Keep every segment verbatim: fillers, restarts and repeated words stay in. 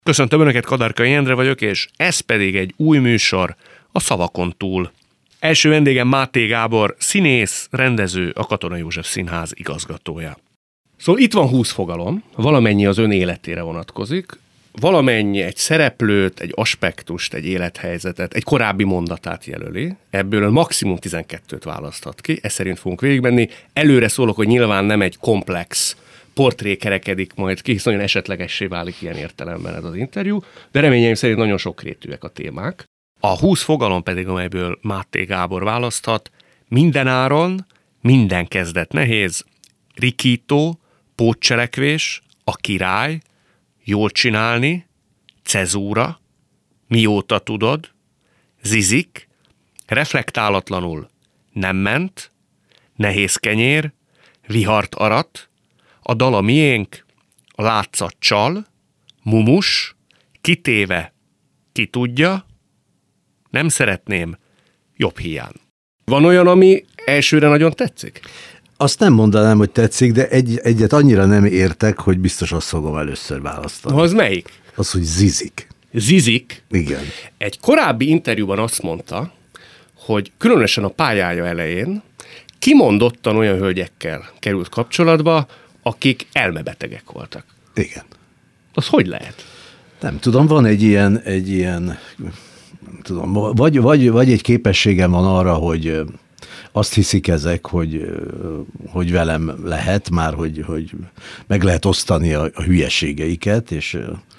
Köszöntöm Önöket, Kadarkai Endre vagyok, és ez pedig egy új műsor, a Szavakon túl. Első vendégem Máté Gábor, színész, rendező, a Katona József Színház igazgatója. Szóval itt van húsz fogalom, valamennyi az ön életére vonatkozik, valamennyi egy szereplőt, egy aspektust, egy élethelyzetet, egy korábbi mondatát jelöli, ebből maximum tizenkettőt választhat ki, ez szerint fogunk végigmenni. Előre szólok, hogy nyilván nem egy komplex portré kerekedik majd ki, hisz nagyon esetlegessé válik ilyen értelemben ez az interjú, de reményeim szerint nagyon sokrétűek a témák. A húsz fogalom pedig, amelyből Máté Gábor választhat, mindenáron, minden kezdet nehéz, rikító, pótcselekvés, a király, jól csinálni, cezúra, mióta tudod, zizik, reflektálatlanul, nem ment, nehéz kenyér, vihart arat, a dal a miénk, a látszat csal, mumus, kitéve, ki tudja, nem szeretném, jobb hiány. Van olyan, ami elsőre nagyon tetszik? Azt nem mondanám, hogy tetszik, de egy, egyet annyira nem értek, hogy biztos azt fogom először választani. Az melyik? Az, hogy zizik. Zizik? Igen. Egy korábbi interjúban azt mondta, hogy különösen a pályája elején kimondottan olyan hölgyekkel került kapcsolatba, akik elmebetegek voltak. Igen. Az hogy lehet? Nem tudom, van egy ilyen, egy ilyen nem tudom, vagy, vagy, vagy egy képességem van arra, hogy azt hiszik ezek, hogy, hogy velem lehet már, hogy, hogy meg lehet osztani a, a hülyeségeiket, és,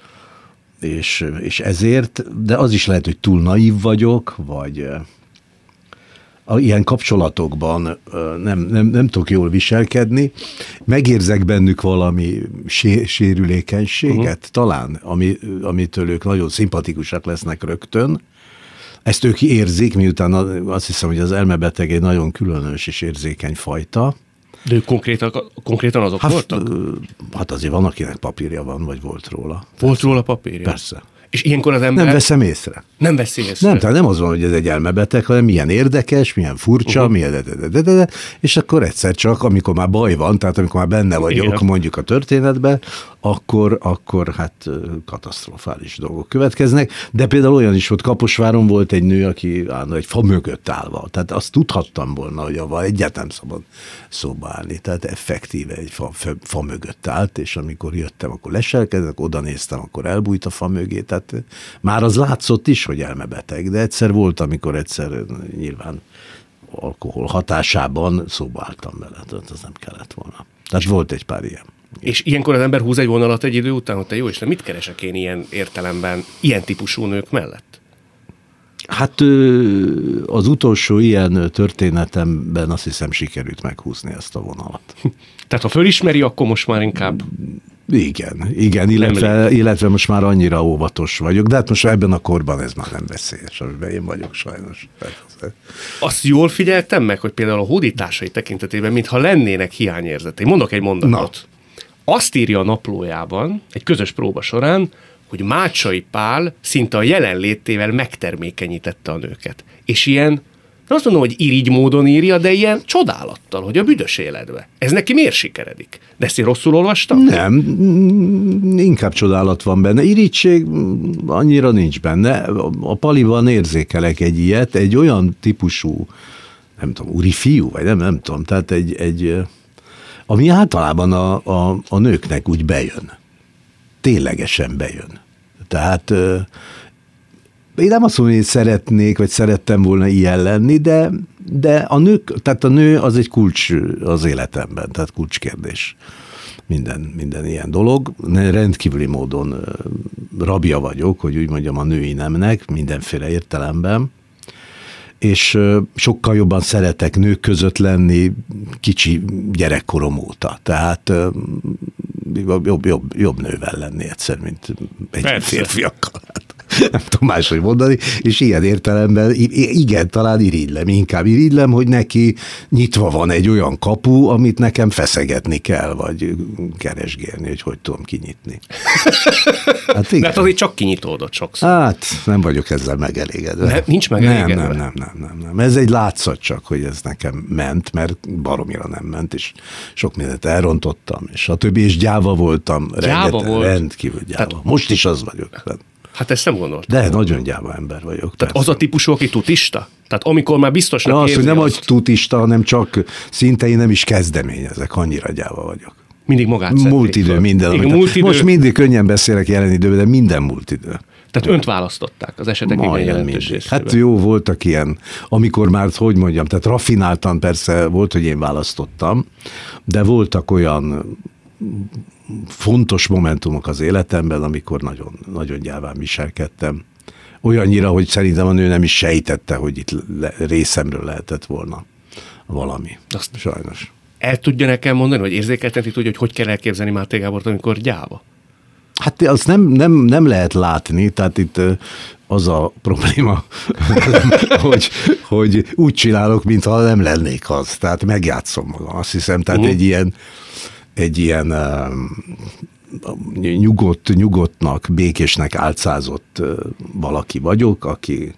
és, és ezért, de az is lehet, hogy túl naív vagyok, vagy a ilyen kapcsolatokban nem, nem, nem tudok jól viselkedni, megérzek bennük valami sé, sérülékenységet, uh-huh. talán, ami, amitől ők nagyon szimpatikusak lesznek rögtön. Ezt ők érzik, miután azt hiszem, hogy az elmebeteg egy nagyon különös és érzékeny fajta. De ők konkrétan, konkrétan azok hát, voltak? Hát azért van, akinek papírja van, vagy volt róla. Volt persze. róla papírja? Persze. És ilyenkor az ember... Nem veszem észre. Nem veszi észre. Nem, tehát nem az van, hogy ez egy elmebeteg, hanem milyen érdekes, milyen furcsa, uh-huh. milyen de, de, de, de, de, de, és akkor egyszer csak, amikor már baj van, tehát amikor már benne vagyok, igen. mondjuk a történetben, akkor, akkor hát katasztrofális dolgok következnek. De például olyan is volt, Kaposváron volt egy nő, aki állna egy fa mögött állva. Tehát azt tudhattam volna, hogy avval egyáltalán szabad szóba állni. Tehát effektíve egy fa, fa, fa mögött állt, és amikor jöttem, akkor leselkedett, oda néztem, akkor elbújt a fa mögé. Tehát már az látszott is, hogy elmebeteg, de egyszer volt, amikor egyszer nyilván alkohol hatásában szóba álltam vele, tehát az nem kellett volna. Tehát volt egy pár ilyen. És ilyenkor az ember húz egy vonalat egy idő után, hogy te jó Isten, mit keresek én ilyen értelemben, ilyen típusú nők mellett? Hát az utolsó ilyen történetemben azt hiszem sikerült meghúzni ezt a vonalat. Tehát ha fölismeri, akkor most már inkább... Igen, igen, illetve, illetve most már annyira óvatos vagyok, de hát most ebben a korban ez már nem veszélyes, amiben én vagyok sajnos. Azt jól figyeltem meg, hogy például a hódításai tekintetében, mintha lennének hiányérzetei. Mondok egy mondatot. Na. Azt írja a naplójában, egy közös próba során, hogy Mácsai Pál szinte a jelenlétével megtermékenyítette a nőket. És ilyen, azt mondom, hogy irigy módon írja, de ilyen csodálattal, hogy a büdös életbe. Ez neki miért sikeredik? De ezt én rosszul olvastam? Nem, inkább csodálat van benne. Irigység annyira nincs benne. A Paliban érzékelek egy ilyet, egy olyan típusú, nem tudom, úri fiú, vagy nem, nem tudom, tehát egy, egy ami általában a, a, a nőknek úgy bejön. Ténylegesen bejön. Tehát én nem azt mondom, hogy szeretnék, vagy szerettem volna ilyen lenni, de, de a nők, tehát a nő az egy kulcs az életemben, tehát kulcskérdés. Minden, minden ilyen dolog. Rendkívüli módon rabja vagyok, hogy úgy mondjam, a női nemnek, mindenféle értelemben, és sokkal jobban szeretek nők között lenni kicsi gyerekkorom óta. Tehát jobb, jobb, jobb nővel lenni egyszer, mint egy férfiakkal. nem tudom máshogy mondani, és ilyen értelemben igen, talán irigylem, inkább irigylem, hogy neki nyitva van egy olyan kapu, amit nekem feszegetni kell, vagy keresgélni, hogy hogy tudom kinyitni. Hát igen. De hát azért csak kinyitódott sokszor. Hát nem vagyok ezzel megelégedve. Ne, nincs megelégedve? Nem, nem, nem, nem, nem, nem. Ez egy látszat csak, hogy ez nekem ment, mert baromira nem ment, és sok mindent elrontottam, és a többi, és gyáva voltam. Gyáva rengeteg, volt? Rendkívül gyáva. Tehát, most is az vagyok. Hát ezt nem gondoltam. De nagyon gyáva ember vagyok. Tehát persze. Az a típusú, aki tutista? Tehát amikor már biztosnak érzi azt, hogy nem azt... vagy tutista, hanem csak szinte én nem is kezdeményezek, annyira gyáva vagyok. Mindig magát szedték. Múlt idő, minden. Igen, múlt idő. Most mindig könnyen beszélek jelen időben, de minden múlt idő. Tehát önt választották az esetek igen jelentős részében. Hát jó, voltak ilyen, amikor már, hogy mondjam, tehát raffináltan persze volt, hogy én választottam, de voltak olyan fontos momentumok az életemben, amikor nagyon, nagyon gyáván viselkedtem. Olyannyira, hogy szerintem a nő nem is sejtette, hogy itt le, részemről lehetett volna valami. Azt sajnos. El tudja nekem mondani, vagy érzékeltetni tudja, hogy hogy kell elképzelni Máté Gábort, amikor gyáva? Hát azt nem, nem, nem lehet látni, tehát itt az a probléma, hogy, hogy úgy csinálok, mintha nem lennék az. Tehát megjátszom magam, azt hiszem. Tehát uh-huh. egy ilyen, egy ilyen uh, nyugodt, nyugodtnak, békésnek álcázott uh, valaki vagyok, aki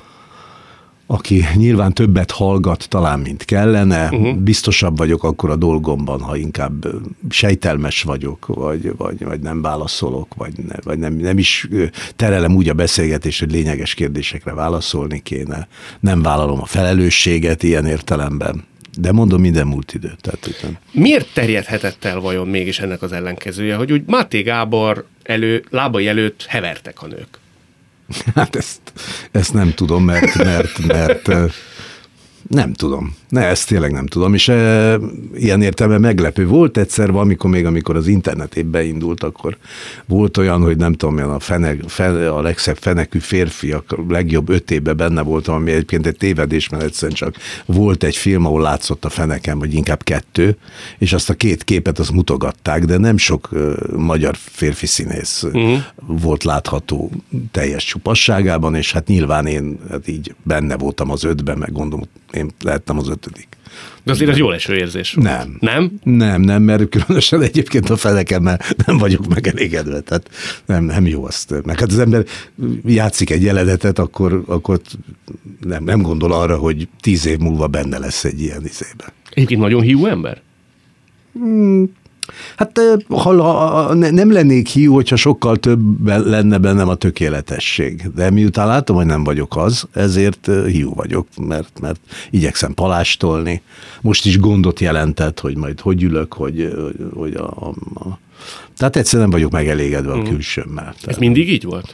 aki nyilván többet hallgat talán, mint kellene, uh-huh. biztosabb vagyok akkor a dolgomban, ha inkább sejtelmes vagyok, vagy, vagy, vagy nem válaszolok, vagy, ne, vagy nem, nem is terelem úgy a beszélgetést, hogy lényeges kérdésekre válaszolni kéne. Nem vállalom a felelősséget ilyen értelemben. De mondom, minden múlt idő. Tehát, utána. Miért terjedhetett el vajon mégis ennek az ellenkezője, hogy úgy Máté Gábor elő, lábai előtt hevertek a nők? Hát ezt, ezt nem tudom, mert, mert, mert nem tudom. Ne, ezt tényleg nem tudom, és e, ilyen értelemben meglepő. Volt egyszer valamikor még, amikor az internet épp beindult, akkor volt olyan, hogy nem tudom, a, fenek, fene, a legszebb fenekű férfiak, a legjobb öt évben benne voltam, ami egyébként egy tévedés, mert egyszerűen csak volt egy film, ahol látszott a fenekem, vagy inkább kettő, és azt a két képet azt mutogatták, de nem sok uh, magyar férfi színész uh-huh. volt látható teljes csupasságában, és hát nyilván én hát így benne voltam az ötben, meg gondolom, én lehettem az ötödik. De azért ez jól eső érzés. Nem. Nem? Nem, nem, mert különösen egyébként a felekemmel nem vagyok megelégedve, tehát nem, nem jó azt. Meg hát az ember játszik egy jelenetet, akkor, akkor nem, nem gondol arra, hogy tíz év múlva benne lesz egy ilyen izébe. Egyébként nagyon hiú ember? Hmm. Hát ha, ha nem lennék hiú, hogyha sokkal több lenne bennem a tökéletesség. De miután látom, hogy nem vagyok az, ezért hiú vagyok, mert, mert igyekszem palástolni. Most is gondot jelentett, hogy majd hogy ülök, hogy, hogy a, a, a... Tehát egyszerűen nem vagyok megelégedve a külsőmmel. Ez mindig így volt?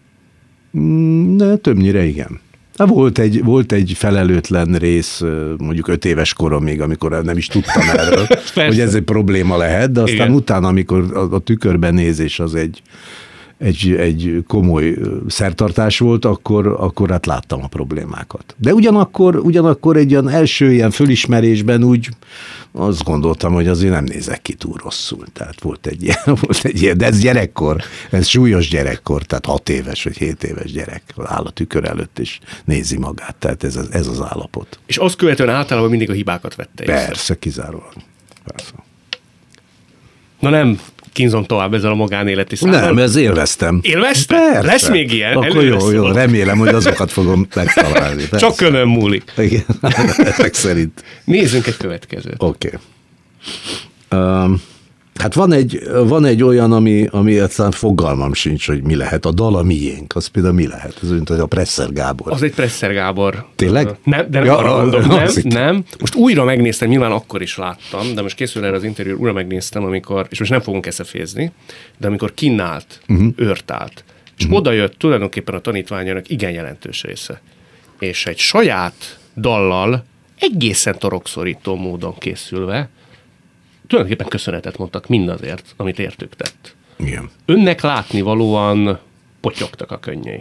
De többnyire igen. Volt egy, volt egy felelőtlen rész, mondjuk öt éves koromig, amikor nem is tudtam erről, hogy ez egy probléma lehet, de aztán igen. utána, amikor a, a tükörben nézés az egy, egy, egy komoly szertartás volt, akkor, akkor hát láttam a problémákat. De ugyanakkor, ugyanakkor egy olyan első ilyen fölismerésben úgy azt gondoltam, hogy azért nem nézek ki túl rosszul. Tehát volt egy ilyen, volt egy ilyen, de ez gyerekkor, ez súlyos gyerekkor, tehát hat éves vagy hét éves gyerek áll a tükör előtt, és nézi magát. Tehát ez az, ez az állapot. És azt követően általában mindig a hibákat vette észre. Persze, kizárólag. Persze. Na nem kínzom tovább ezzel a magánéleti számmal. Nem, ez élveztem. Élvezte? Persze. Lesz még ilyen? Akkor jó, jó, remélem, hogy azokat fogom megtalálni. Persze. Csak önön múlik. Igen, ezek szerint. Nézzünk egy következőt. Oké. Okay. Um, hát van egy, van egy olyan, ami, ami egyszerűen fogalmam sincs, hogy mi lehet. A dal a miénk, az például mi lehet? Ez mint a Presser Gábor. Az egy Presser Gábor. Tényleg? Nem, de nem ja, arra mondom, nem, nem. Most újra megnéztem, nyilván akkor is láttam, de most készül erre az interjú, újra megnéztem, amikor, és most nem fogunk eszefézni, de amikor kinnált, uh-huh. őrtált, és uh-huh. oda jött tulajdonképpen a tanítványának igen jelentős része. És egy saját dallal egészen torokszorító módon készülve tulajdonképpen köszönetet mondtak mindazért, amit értük tett. Igen. Önnek látnivalóan potyogtak a könnyei.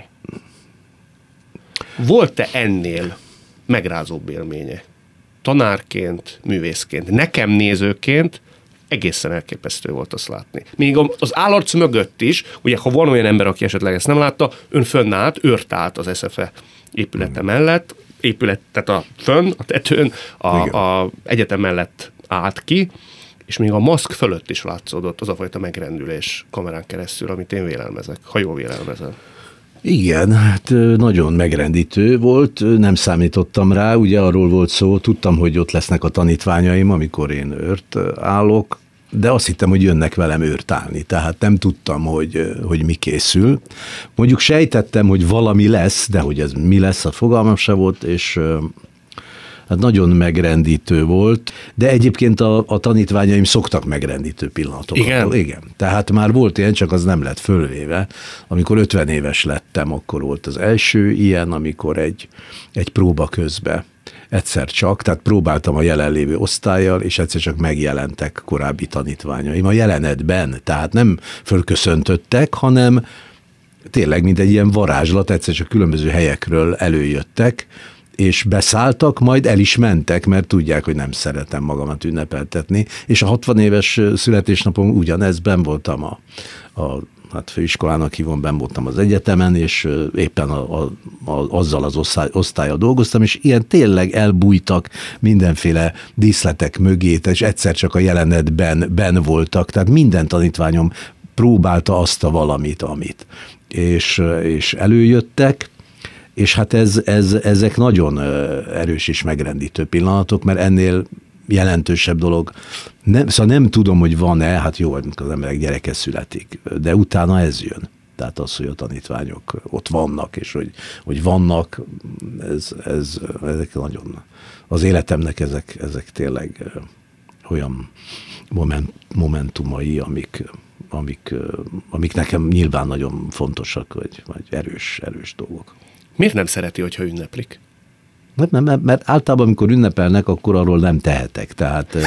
Volt-e ennél megrázóbb élménye? Tanárként, művészként, nekem nézőként, egészen elképesztő volt azt látni. Még az állarc mögött is, ugye ha van olyan ember, aki esetleg ezt nem látta, ön fönnállt, őrt állt az es ef e épülete mellett, épület, tehát a fönn, a tetőn, a, a egyetem mellett állt ki, és még a maszk fölött is látszódott az a fajta megrendülés kamerán keresztül, amit én vélelmezek, ha jól vélelmezem. Igen, hát nagyon megrendítő volt, nem számítottam rá, ugye arról volt szó, tudtam, hogy ott lesznek a tanítványaim, amikor én őrt állok, de azt hittem, hogy jönnek velem őrt állni, tehát nem tudtam, hogy, hogy mi készül. Mondjuk sejtettem, hogy valami lesz, de hogy ez mi lesz, a fogalmam se volt, és hát nagyon megrendítő volt, de egyébként a, a tanítványaim szoktak megrendítő pillanatokat. Igen? Igen. Tehát már volt ilyen, csak az nem lett fölvéve. Amikor ötven éves lettem, akkor volt az első ilyen, amikor egy, egy próba közben egyszer csak, tehát próbáltam a jelenlévő osztállyal, és egyszer csak megjelentek korábbi tanítványaim a jelenetben, tehát nem fölköszöntöttek, hanem tényleg, mint egy ilyen varázslat, egyszer csak különböző helyekről előjöttek, és beszálltak, majd el is mentek, mert tudják, hogy nem szeretem magamat ünnepeltetni. És a hatvan éves születésnapom ugyanez, benn voltam a, a hát főiskolának hívom, benn voltam az egyetemen, és éppen a, a, a, azzal az osztály, osztállyal dolgoztam, és ilyen tényleg elbújtak mindenféle díszletek mögé, és egyszer csak a jelenetben benn voltak, tehát minden tanítványom próbálta azt a valamit, amit. És, és előjöttek, és hát ez, ez, ezek nagyon erős és megrendítő pillanatok, mert ennél jelentősebb dolog, nem, szóval nem tudom, hogy van-e, hát jó, amikor az emberek gyereke születik, de utána ez jön. Tehát az, hogy a tanítványok ott vannak, és hogy, hogy vannak, ez, ez, ezek nagyon, az életemnek ezek, ezek tényleg olyan moment, momentumai, amik, amik, amik nekem nyilván nagyon fontosak, vagy, vagy erős, erős dolgok. Miért nem szereti, hogyha ünneplik? Nem, nem, mert általában, amikor ünnepelnek, akkor arról nem tehetek. Tehát,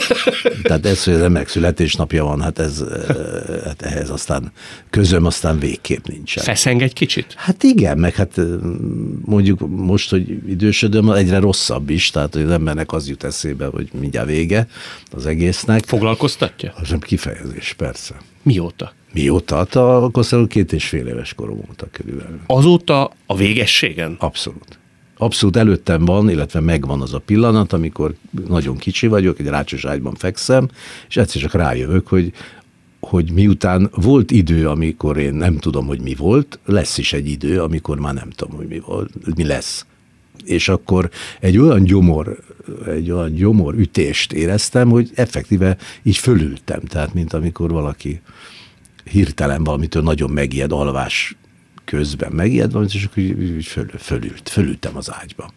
tehát ez, hogy az emberek születésnapja van, hát, ez, hát ehhez aztán közöm aztán végképp nincsen. Feszeng egy kicsit? Hát igen, meg hát mondjuk most, hogy idősödöm, egyre rosszabb is, tehát hogy az embernek az jut eszébe, hogy mindjárt vége az egésznek. Foglalkoztatja? Az nem kifejezés, persze. Mióta? Mióta? Hát akkor két és fél éves korom óta körülbelül. Azóta a végességen? Abszolút. Abszolút előttem van, illetve megvan az a pillanat, amikor nagyon kicsi vagyok, egy rácsos ágyban fekszem, és egyszer csak rájövök, hogy, hogy miután volt idő, amikor én nem tudom, hogy mi volt, lesz is egy idő, amikor már nem tudom, hogy mi volt, mi lesz. És akkor egy olyan gyomor, egy olyan gyomor ütést éreztem, hogy effektíve így fölültem. Tehát, mint amikor valaki hirtelen valamitől nagyon megijed, alvás közben megijed valamit, és akkor úgy föl, fölült, fölültem az ágyba.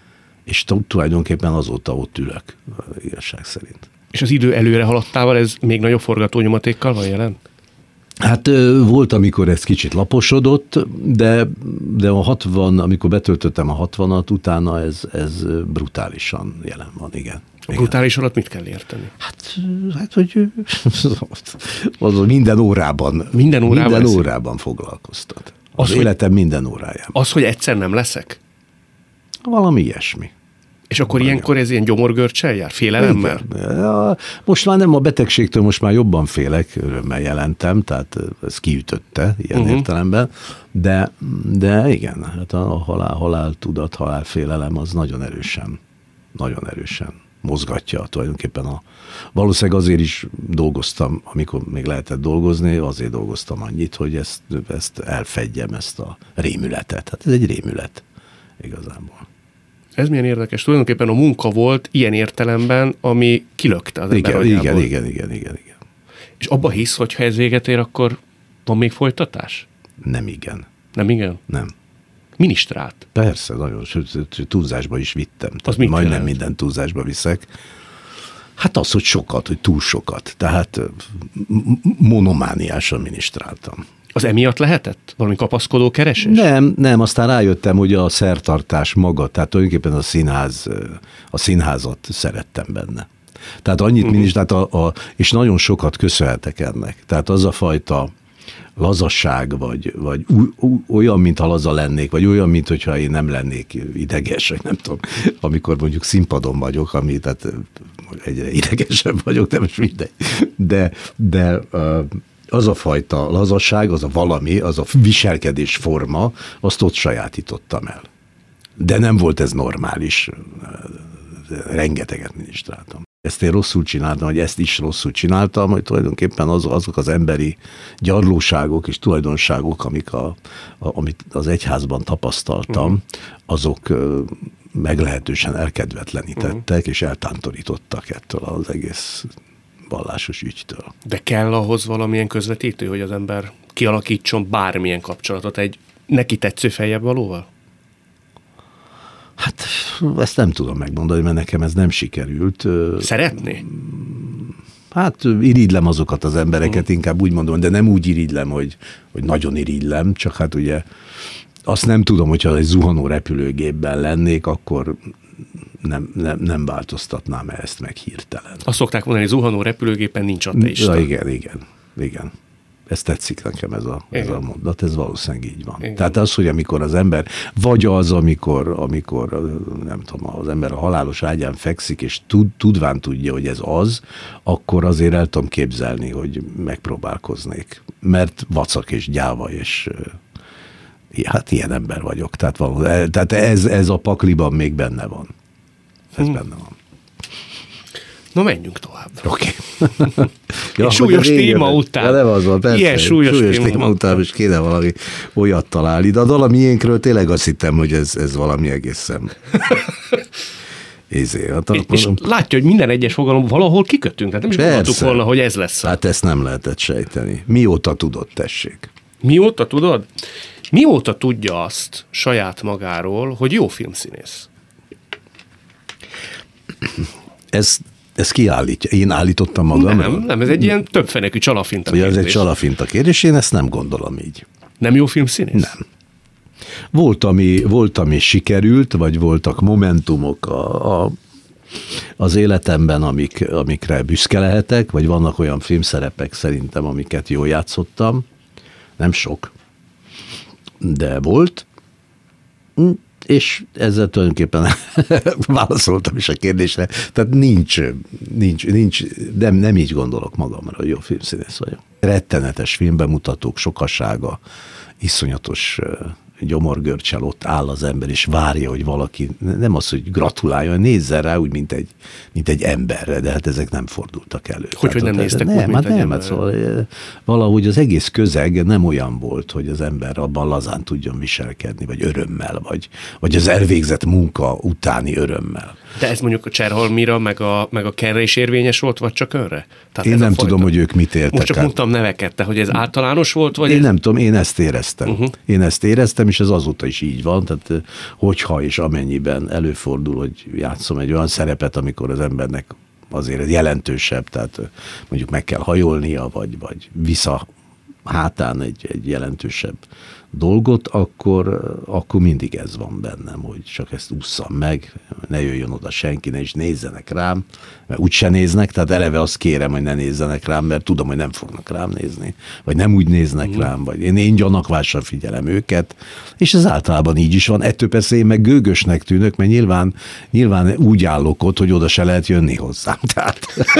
És tulajdonképpen azóta ott ülök, igazság szerint. És az idő előre haladtával ez még nagyobb forgatónyomatékkal van jelen? Hát volt, amikor ez kicsit laposodott, de, de a hatvan, amikor betöltöttem a hatvanat, utána ez, ez brutálisan jelen van, igen. A brutális alatt mit kell érteni? Hát, hát hogy az minden órában, minden órában, minden órában foglalkoztat. Az, az életem minden órájában. Az, hogy egyszer nem leszek? Valami ilyesmi. És akkor Valami. Ilyenkor ez ilyen gyomorgörcsel jár? Félelemmel? Ja, most már nem a betegségtől, most már jobban félek, örömmel jelentem, tehát ez kiütötte ilyen uh-huh. értelemben, de, de igen, hát a halál, haláltudat, halálfélelem az nagyon erősen, nagyon erősen mozgatja tulajdonképpen a... Valószínűleg azért is dolgoztam, amikor még lehetett dolgozni, azért dolgoztam annyit, hogy ezt, ezt elfedjem, ezt a rémületet. Hát ez egy rémület igazából. Ez milyen érdekes. Tulajdonképpen a munka volt ilyen értelemben, ami kilökte az ember agyából. Igen, igen, igen, igen, igen. És abba hisz, hogy ha ez véget ér, akkor van még folytatás? Nem igen. Nem igen? Nem. Minisztrált? Persze, nagyon, sőt, túlzásba is vittem. Az majdnem jelent? Minden túlzásba viszek. Hát az, hogy sokat, hogy túl sokat. Tehát monomániásan minisztráltam. Az emiatt lehetett? Valami kapaszkodó keresés? Nem, nem, aztán rájöttem, hogy a szertartás maga, tehát tulajdonképpen a színház, a színházat szerettem benne. Tehát annyit uh-huh. minisztrált, a, a, és nagyon sokat köszönhetek ennek. Tehát az a fajta lazasság, vagy, vagy olyan, mintha laza lennék, vagy olyan, mintha én nem lennék ideges, vagy nem tudom, amikor mondjuk színpadon vagyok, ami, tehát hogy egyre idegesebb vagyok, de most mindegy. De, de az a fajta lazaság, az a valami, az a viselkedés forma, azt ott sajátítottam el. De nem volt ez normális. Rengeteget minisztráltam. Ezt én rosszul csináltam, vagy ezt is rosszul csináltam, hogy tulajdonképpen az, azok az emberi gyarlóságok és tulajdonságok, amik a, a, amit az egyházban tapasztaltam, uh-huh. azok meglehetősen elkedvetlenítettek, uh-huh. és eltántorítottak ettől az egész vallásos ügytől. De kell ahhoz valamilyen közvetítő, hogy az ember kialakítson bármilyen kapcsolatot egy neki tetsző feljebb valóval? Hát ezt nem tudom megmondani, mert nekem ez nem sikerült. Szeretné? Hát irigylem azokat az embereket, uh-huh. inkább úgy mondom, de nem úgy irigylem, hogy, hogy nagyon irigylem, csak hát ugye azt nem tudom, hogyha egy zuhanó repülőgépben lennék, akkor nem, nem, nem változtatnám ezt meg hirtelen. Azt szokták mondani, hogy zuhanó repülőgépen nincs ateista. Ja, igen, igen, igen. Ez tetszik nekem ez a, ez a mondat, ez valószínűleg így van. Igen. Tehát az, hogy amikor az ember, vagy az, amikor, amikor nem tudom, az ember a halálos ágyán fekszik, és tud, tudván tudja, hogy ez az, akkor azért el tudom képzelni, hogy megpróbálkoznék. Mert vacak és gyáva, és hát ilyen ember vagyok. Tehát, való, tehát ez, ez a pakliban még benne van. Ez hmm. benne van. Na, menjünk tovább. Oké. Okay. Ja, súlyos téma után. Ja, nem az van, persze. Ilyen súlyos, súlyos téma, téma után is kéne valami olyat találni. De a dal a miénkről tényleg azt hittem, hogy ez, ez valami egészen... Ézé, hát és, és látja, hogy minden egyes fogalom valahol kikötünk. Tehát nem is gondoltuk volna, hogy ez lesz. Hát ezt nem lehetett sejteni. Mióta tudod, tessék? Mióta tudod? Mióta tudja azt saját magáról, hogy jó filmszínész? Ez... Ez kiállítja. Én állítottam magamra? Nem, nem, ez egy ilyen többfenekű csalafinta kérdés. Ez egy csalafinta kérdés, én ezt nem gondolom így. Nem jó filmszínész? Nem. Volt, ami, volt, ami sikerült, vagy voltak momentumok a, a, az életemben, amik, amikre büszke lehetek, vagy vannak olyan filmszerepek szerintem, amiket jól játszottam. Nem sok, de volt. És ezzel tulajdonképpen válaszoltam is a kérdésre. Tehát nincs, nincs, nincs nem, nem így gondolok magamra, hogy jó filmszínész vagyok. Rettenetes filmbemutatók sokasága, iszonyatos gyomorgörcsel ott áll az ember, és várja, hogy valaki, nem az, hogy gratuláljon, nézzen rá úgy, mint egy, mint egy emberre, de hát ezek nem fordultak elő. Hogy, hogy nem néztek nem, úgy, hát nem, hát szóval valahogy az egész közeg nem olyan volt, hogy az ember abban lazán tudjon viselkedni, vagy örömmel, vagy, vagy az elvégzett munka utáni örömmel. De ez mondjuk a Cserhalmira, meg a, meg a Kenre is érvényes volt, vagy csak önre? Tehát én nem tudom, hogy ők mit éltek. Most csak mondtam neveket, de hogy ez általános volt? Vagy én ez... nem tudom, én ezt éreztem. Uh-huh. Én ezt éreztem, és ez azóta is így van. Tehát hogyha és amennyiben előfordul, hogy játszom egy olyan szerepet, amikor az embernek azért ez jelentősebb, tehát mondjuk meg kell hajolnia, vagy, vagy vissza hátán egy, egy jelentősebb dolgot, akkor, akkor mindig ez van bennem, hogy csak ezt ússzam meg, ne jöjjön oda senki, ne is nézzenek rám, mert úgyse néznek, tehát eleve azt kérem, hogy ne nézzenek rám, mert tudom, hogy nem fognak rám nézni, vagy nem úgy néznek mm. rám, vagy én, én gyanakvással figyelem őket, és ez általában így is van. Ettől persze én meg gőgösnek tűnök, mert nyilván, nyilván úgy állok ott, hogy oda se lehet jönni hozzám. Tehát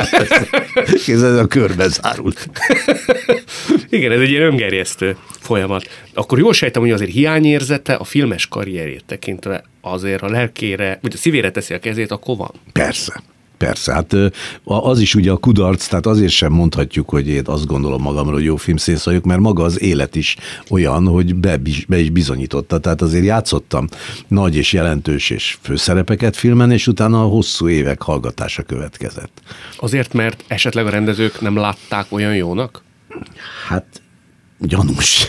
ez a körbe zárult. Igen, ez egy ilyen öngerjesztő folyamat. Akkor jól sejtem, hogy azért hiányérzete a filmes karrierjét tekintve azért a lelkére, vagy a szívére teszi a kezét, akkor van. Persze. Persze, hát az is ugye a kudarc, tehát azért sem mondhatjuk, hogy én azt gondolom magamról, hogy jó filmszínész vagyok, mert maga az élet is olyan, hogy be, be is bizonyította. Tehát azért játszottam nagy és jelentős és főszerepeket filmen, és utána a hosszú évek hallgatása következett. Azért, mert esetleg a rendezők nem látták olyan jónak? Hát gyanús.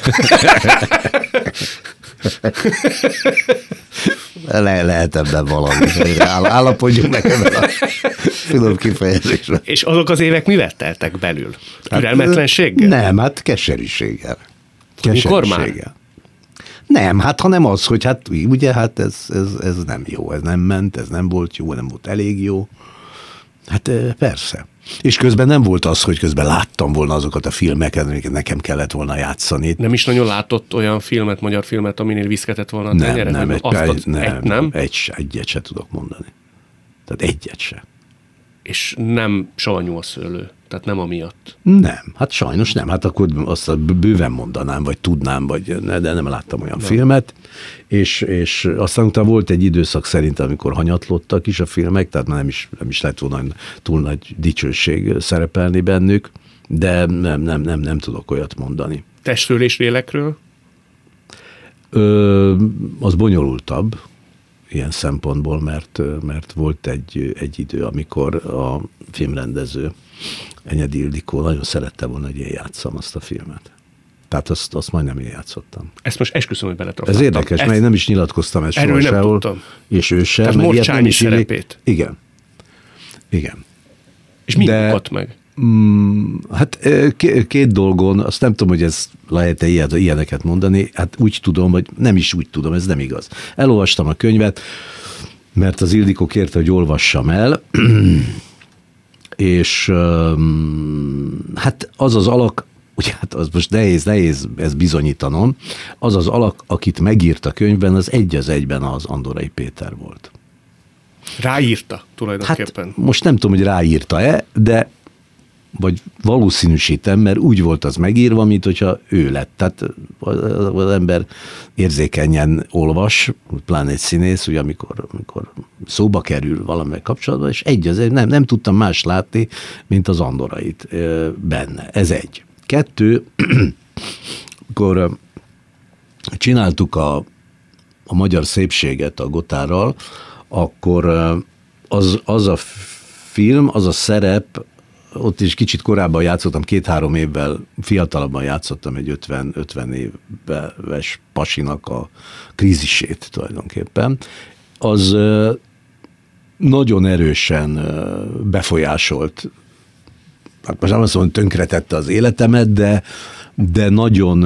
Le, lehet ebben valami. Állapodjunk nekem a finom kifejezésre. És azok az évek mivel teltek belül? Türelmetlenséggel? Hát, nem, hát keserűséggel. Mikor már? Nem, hát hanem az, hogy hát ugye hát ez, ez, ez nem jó, ez nem ment, ez nem volt jó, nem volt elég jó. Hát persze. És közben nem volt az, hogy közben láttam volna azokat a filmeket, amiket nekem kellett volna játszani. Nem is nagyon látott olyan filmet, magyar filmet, aminél viszketett volna a nem, tenyere? Nem, egy, azt, egy, nem, egy, nem? Egy, egyet se tudok mondani. Tehát egyet se. és nem savanyú a szőlő. Tehát nem amiatt. Nem, hát sajnos nem. Hát akkor azt bőven mondanám, vagy tudnám, vagy, de nem láttam olyan nem. filmet. És, és aztán utána volt egy időszak szerint, amikor hanyatlottak is a filmek, tehát nem is, nem is lett volna túl nagy dicsőség szerepelni bennük, de nem, nem, nem, nem tudok olyat mondani. Testről és lélekről? Ö, az bonyolultabb ilyen szempontból, mert, mert volt egy, egy idő, amikor a filmrendező Enyedi Ildikó nagyon szerette volna, hogy én játsszam azt a filmet. Tehát azt, azt majdnem én játszottam. Ezt most esküszöm, hogy beletrafáltam. Ez érdekes, ezt... mert én nem is nyilatkoztam ezt soha sehol. És ő sem. Tehát Morcsányi szerepét. Igen. Igen. És mi bukott meg? Mm, hát két dolgon, azt nem tudom, hogy ez lehet-e ilyeneket mondani, hát úgy tudom, vagy nem is úgy tudom, ez nem igaz. Elolvastam a könyvet, mert az Ildikó kérte, hogy olvassam el, és hát az az alak, ugye hát az most nehéz, nehéz ezt bizonyítanom, az az alak, akit megírt a könyvben, az egy az egyben az Andoray Péter volt. Ráírta tulajdonképpen. Hát most nem tudom, hogy ráírta-e, de vagy valószínűsítem, mert úgy volt az megírva, mint hogyha ő lett. Tehát az ember érzékenyen olvas, pláne egy színész, ugye amikor, amikor szóba kerül valamivel kapcsolatban, és egy az egy, nem, nem tudtam más látni, mint az Andorayt benne. Ez egy. Kettő, akkor csináltuk a, a Magyar Szépséget a Gotárral, akkor az, az a film, az a szerep, ott is kicsit korábban játszottam, két-három évvel fiatalabban játszottam egy ötven éves pasinak a krízisét tulajdonképpen. Az nagyon erősen befolyásolt, hát most nem azt mondom, tönkretette az életemet, de, de nagyon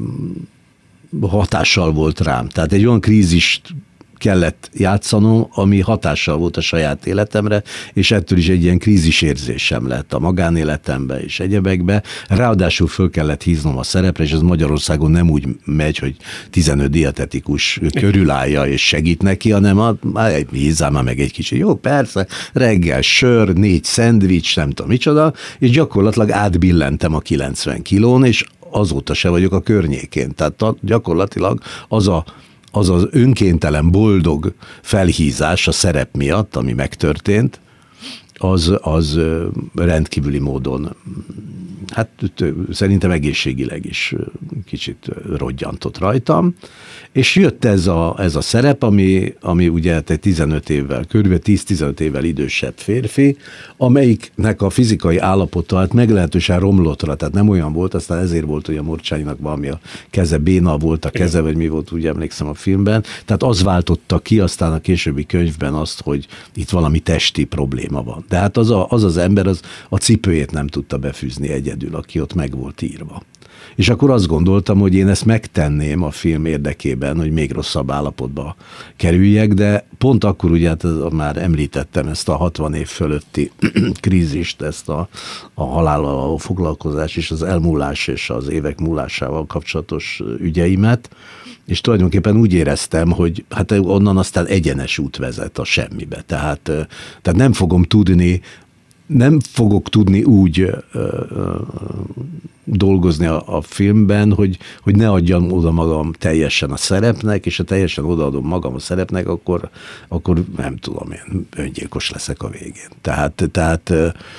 hatással volt rám. Tehát egy olyan krízist kellett játszanom, ami hatással volt a saját életemre, és ettől is egy ilyen krízisérzésem lett a magánéletembe és egyebekbe. Ráadásul föl kellett híznom a szerepre, és ez Magyarországon nem úgy megy, hogy tizenöt dietetikus körülállja és segít neki, hanem a, hízzál már meg egy kicsit. Jó, persze, reggel sör, négy szendvics, nem tudom micsoda, és gyakorlatilag átbillentem a kilencven kilón, és azóta se vagyok a környékén. Tehát gyakorlatilag az a az az önkéntelen, boldog felhízás a szerep miatt, ami megtörtént, az, az rendkívüli módon, hát szerintem egészségileg is kicsit roggyantott rajtam, és jött ez a, ez a szerep, ami, ami ugye egy tizenöt évvel, kb. tíz-tizenöt évvel idősebb férfi, amelyiknek a fizikai állapota hát meglehetősen romlottra, tehát nem olyan volt, aztán ezért volt, hogy a Morcsánynak valami a keze, béna volt a keze, vagy mi volt, úgy emlékszem a filmben, tehát az váltotta ki aztán a későbbi könyvben azt, hogy itt valami testi probléma van. De hát az a, az, az ember az a cipőjét nem tudta befűzni egyedül, aki ott meg volt írva. És akkor azt gondoltam, hogy én ezt megtenném a film érdekében, hogy még rosszabb állapotba kerüljek, de pont akkor ugye hát már említettem ezt a hatvan év fölötti krízist, ezt a, a halállal való foglalkozás és az elmúlás és az évek múlásával kapcsolatos ügyeimet, és tulajdonképpen úgy éreztem, hogy hát onnan aztán egyenes út vezet a semmibe. Tehát, tehát nem fogom tudni, nem fogok tudni úgy ö, ö, dolgozni a, a filmben, hogy, hogy ne adjam oda magam teljesen a szerepnek, és ha teljesen odaadom magam a szerepnek, akkor, akkor nem tudom, én öngyilkos leszek a végén. Tehát, tehát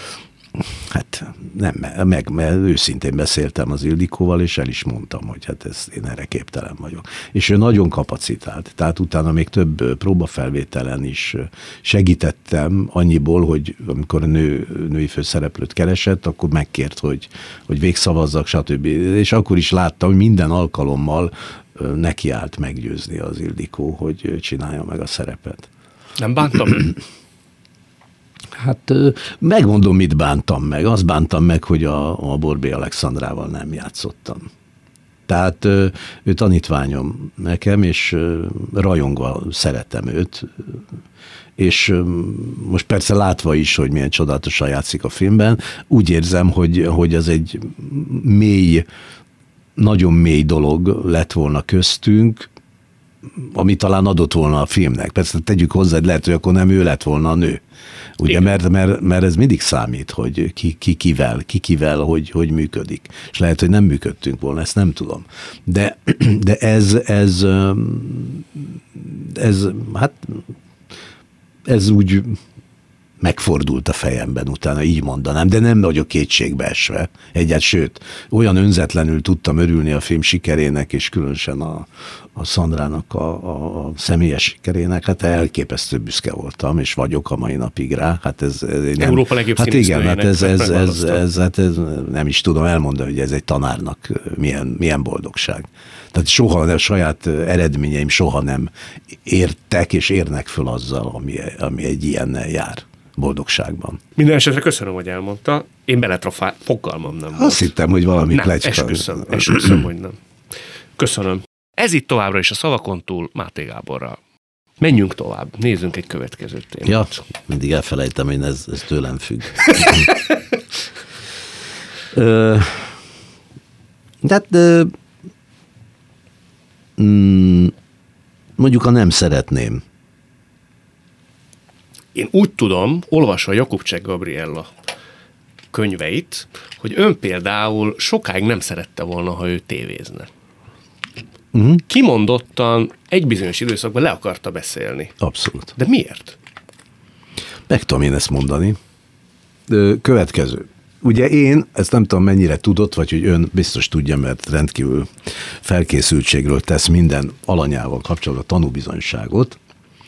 hát nem, meg, mert őszintén beszéltem az Ildikóval, és el is mondtam, hogy hát ez, én erre képtelen vagyok. És ő nagyon kapacitált, tehát utána még több próbafelvételen is segítettem annyiból, hogy amikor a nő, női főszereplőt keresett, akkor megkért, hogy, hogy végszavazzak, stb. És akkor is láttam, hogy minden alkalommal nekiállt meggyőzni az Ildikó, hogy csinálja meg a szerepet. Nem bántam? Hát megmondom, mit bántam meg. Azt bántam meg, hogy a, a Borbély Alexandrával nem játszottam. Tehát ő tanítványom nekem, és rajongva szeretem őt, és most persze látva is, hogy milyen csodálatosan játszik a filmben, úgy érzem, hogy, hogy az egy mély, nagyon mély dolog lett volna köztünk, ami talán adott volna a filmnek. Persze tegyük hozzá, hogy lehet, hogy akkor nem ő lett volna a nő. Ugye, mert, mert, mert ez mindig számít, hogy ki, ki kivel, ki kivel, hogy, hogy működik. És lehet, hogy nem működtünk volna, ezt nem tudom. De, de ez, ez, ez, hát ez úgy megfordult a fejemben utána, így mondanám, de nem vagyok kétségbe esve. Egyet, sőt, olyan önzetlenül tudtam örülni a film sikerének, és különösen a, a Szandrának a, a, a személyes sikerének, hát elképesztő büszke voltam, és vagyok a mai napig rá. Hát ez, ez nem, Európa legjobb hát igen, hát ez, ez, ez, ez, ez, hát ez, nem is tudom elmondani, hogy ez egy tanárnak milyen, milyen boldogság. Tehát soha, a saját eredményeim soha nem értek és érnek föl azzal, ami, ami egy ilyennel jár boldogságban. Minden esetre köszönöm, hogy elmondta. Én beletrafál, fogalmam nem volt. Azt hittem, hogy valami nem, plecska. Esküszöm, esküszöm, hogy nem. Köszönöm. Ez itt továbbra is a Szavakon túl Máté Gáborral. Menjünk tovább, nézzünk egy következő témát. Ja, mindig elfelejtem, hogy ez, ez tőlem függ. De hát de, mm, mondjuk, ha nem szeretném. Én úgy tudom, olvasva Jakubcsek Gabriella könyveit, hogy ön például sokáig nem szerette volna, ha ő tévézne. Uh-huh. Kimondottan egy bizonyos időszakban le akarta beszélni. Abszolút. De miért? Meg tudom én ezt mondani. Következő. Ugye én, ezt nem tudom mennyire tudott, vagy hogy ön biztos tudja, mert rendkívül felkészültségről tesz minden alanyával kapcsolatban tanúbizonyságot.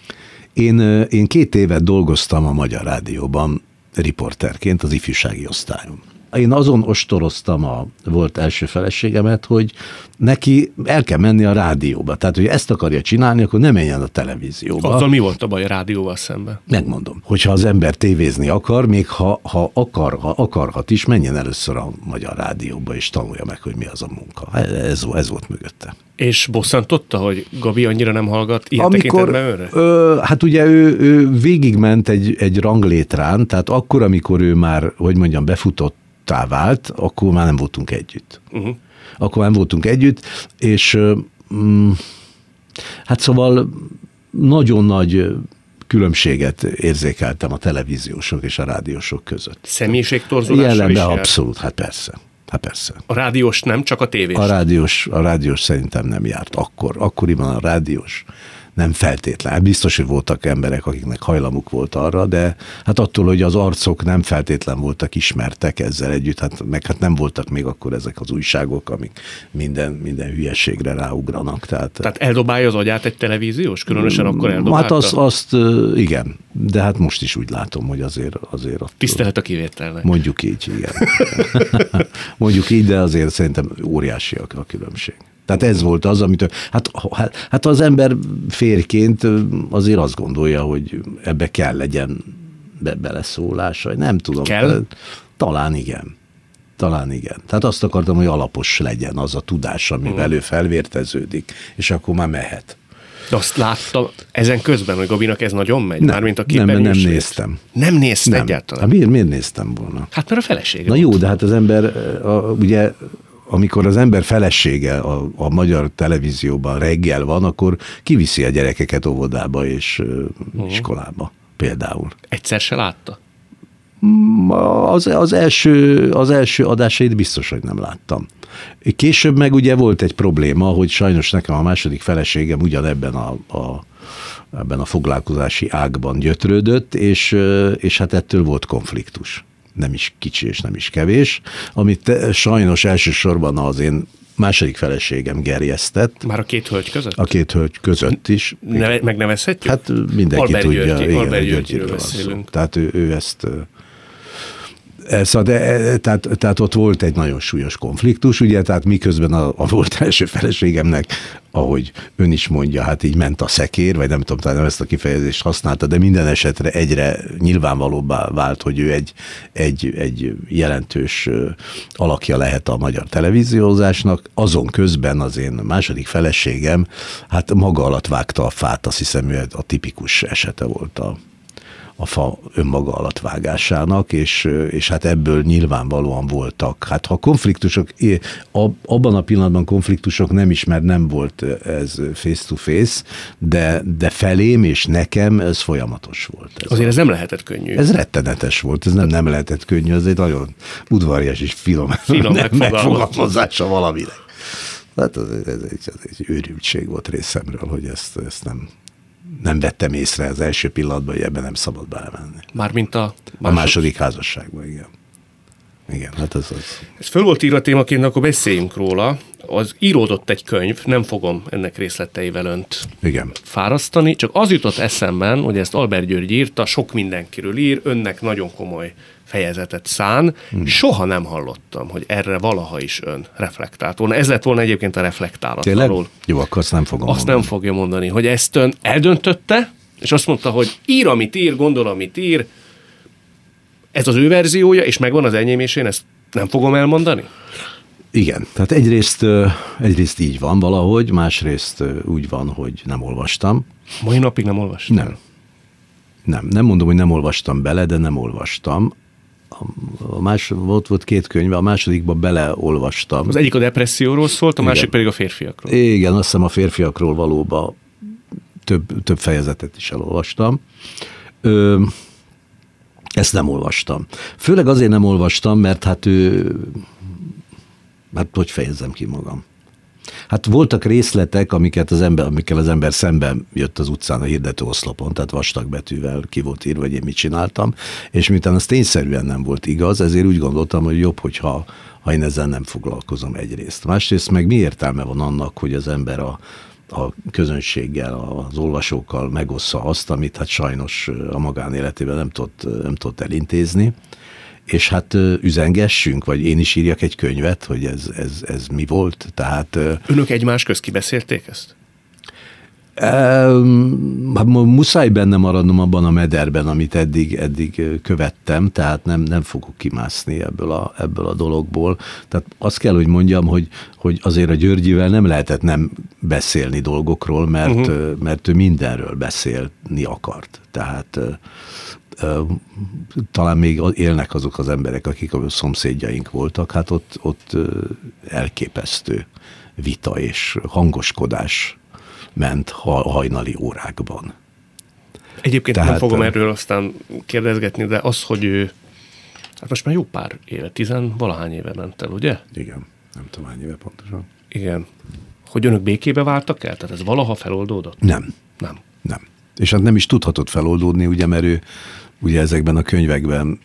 Én, én két évet dolgoztam a Magyar Rádióban riporterként az ifjúsági osztályon. Én azon ostoroztam a volt első feleségemet, hogy neki el kell menni a rádióba. Tehát, hogy ezt akarja csinálni, akkor ne menjen a televízióba. Azzal mi volt a baj a rádióval szemben? Megmondom, hogyha az ember tévézni akar, még ha, ha, akar, ha akarhat is, menjen először a Magyar Rádióba, és tanulja meg, hogy mi az a munka. Ez, ez volt mögötte. És bosszantotta, hogy Gabi annyira nem hallgat ilyen Amikor, tekintetben önre? Ö, hát ugye ő, ő végigment egy, egy ranglétrán, tehát akkor, amikor ő már, hogy mondjam, befutottá vált, akkor már nem voltunk együtt. Uh-huh. Akkor nem voltunk együtt, és mm, hát szóval nagyon nagy különbséget érzékeltem a televíziósok és a rádiósok között. Személyiségtorzulással is Jelenben jár? abszolút, hát persze. Hát persze. A rádiós nem, csak a tévés? A rádiós, a rádiós szerintem nem járt akkor. Akkoriban a rádiós nem feltétlen. Biztos, hogy voltak emberek, akiknek hajlamuk volt arra, de hát attól, hogy az arcok nem feltétlen voltak ismertek ezzel együtt, hát meg hát nem voltak még akkor ezek az újságok, amik minden, minden hülyeségre ráugranak. Tehát, tehát eldobálja az agyát egy televíziós? Különösen akkor eldobálta? Hát azt, azt igen, de hát most is úgy látom, hogy azért... azért tisztelet a kivételnek. Mondjuk így, igen. Mondjuk így, de azért szerintem óriási a, a különbség. Tehát ez volt az, amit... Hát, hát az ember férjként azért azt gondolja, hogy ebbe kell legyen be, beleszólás, vagy nem tudom. Kell? Talán igen. Talán igen. Tehát azt akartam, hogy alapos legyen az a tudás, amivel hmm. ő felvérteződik, és akkor már mehet. De azt látta ezen közben, hogy Gabinak ez nagyon megy? Nem, Mármint a nem, nem részt. néztem. Nem nézte nem. egyáltalán? Hát miért, miért néztem volna? Hát mert a felesége Na volt. jó, de hát az ember, a, ugye... amikor az ember felesége a, a magyar televízióban reggel van, akkor kiviszi a gyerekeket óvodába és uh-huh. iskolába például. Egyszer se látta? Az, az, első, az első adásait biztos, hogy nem láttam. Később meg ugye volt egy probléma, hogy sajnos nekem a második feleségem ugyanebben a, a, ebben a foglalkozási ágban gyötrődött, és, és hát ettől volt konfliktus. Nem is kicsi és nem is kevés, amit sajnos elsősorban az én második feleségem gerjesztett. Már a két hölgy között? A két hölgy között is. Neve, megnevezhetjük? Hát mindenki Albert tudja. György, igen, Albert Györgyről beszélünk. Tehát ő, ő ezt... Szóval de, tehát, tehát ott volt egy nagyon súlyos konfliktus, ugye, tehát miközben a, a volt első feleségemnek, ahogy ön is mondja, hát így ment a szekér, vagy nem tudom, talán nem ezt a kifejezést használta, de minden esetre egyre nyilvánvalóbbá vált, hogy ő egy, egy, egy jelentős alakja lehet a magyar televíziózásnak. Azon közben az én második feleségem, hát maga alatt vágta a fát, azt hiszem, ő a tipikus esete volt a a fa önmaga alatt vágásának, és, és hát ebből nyilvánvalóan voltak. Hát ha konfliktusok, abban a pillanatban konfliktusok nem is, mert nem volt ez face to face, de, de felém és nekem ez folyamatos volt. Ez Azért a, ez nem lehetett könnyű. Ez rettenetes volt, ez nem, nem lehetett könnyű, ez egy nagyon udvarias és finom, finom megfogalmazása valaminek. Hát ez, ez, ez, ez egy őrültség volt részemről, hogy ezt, ezt nem, nem vettem észre az első pillanatban, hogy ebben nem szabad belemenni. Mármint a... Másod... A második házasságban, igen. Igen, hát ez az. Ez föl volt írva témaként, akkor beszéljünk róla. Az íródott egy könyv, nem fogom ennek részleteivel önt igen. fárasztani, csak az jutott eszemben, hogy ezt Albert György írta, sok mindenkiről ír, önnek nagyon komoly fejezetet szán. Hmm. Soha nem hallottam, hogy erre valaha is ön reflektált volna. Ez lett volna egyébként a reflektálatlanul. Jó, akkor azt nem fogom Azt mondani. nem fogja mondani, hogy ezt ön eldöntötte, és azt mondta, hogy ír, amit ír, gondol, amit ír, ez az ő verziója, és megvan az enyém, és én ezt nem fogom elmondani? Igen, tehát egyrészt, egyrészt így van valahogy, másrészt úgy van, hogy nem olvastam. Mai napig nem olvastam? Nem. Nem, nem mondom, hogy nem olvastam bele, de nem olvastam. A más, volt, volt két könyve, a másodikban beleolvastam. Az egyik a depresszióról szólt, a Igen. másik pedig a férfiakról. Igen, azt hiszem a férfiakról valóban több, több fejezetet is elolvastam. Ö, ezt nem olvastam. Főleg azért nem olvastam, mert hát ő, hát hogy fejezzem ki magam. Hát voltak részletek, amiket az ember, amikkel az ember szemben jött az utcán a hirdető oszlopon, tehát vastag betűvel ki volt írva, hogy én mit csináltam, és miután az tényszerűen nem volt igaz, ezért úgy gondoltam, hogy jobb, hogyha ha én ezzel nem foglalkozom egyrészt. Másrészt meg mi értelme van annak, hogy az ember a, a közönséggel, az olvasókkal megossza azt, amit hát sajnos a magánéletében nem tudott, nem tudott elintézni, és hát üzengessünk, vagy én is írjak egy könyvet, hogy ez, ez, ez mi volt. Tehát, Önök egymás közt kibeszélték ezt? Hát muszáj benne maradnom abban a mederben, amit eddig, eddig követtem, tehát nem, nem fogok kimászni ebből a, ebből a dologból. Tehát azt kell, hogy mondjam, hogy, hogy azért a Györgyivel nem lehetett nem beszélni dolgokról, mert, uh-huh. mert ő mindenről beszélni akart. Tehát talán még élnek azok az emberek, akik a szomszédjaink voltak, hát ott, ott elképesztő vita és hangoskodás ment hajnali órákban. Egyébként Tehát, nem fogom erről aztán kérdezgetni, de az, hogy ő, hát most már jó pár éve, tizen valahány éve ment el, ugye? Igen, nem tudom hány éve pontosan. Igen. Hogy önök békébe váltak el? Tehát ez valaha feloldódott? Nem. Nem. Nem. És hát nem is tudhatott feloldódni, ugye, mert ő ugye ezekben a könyvekben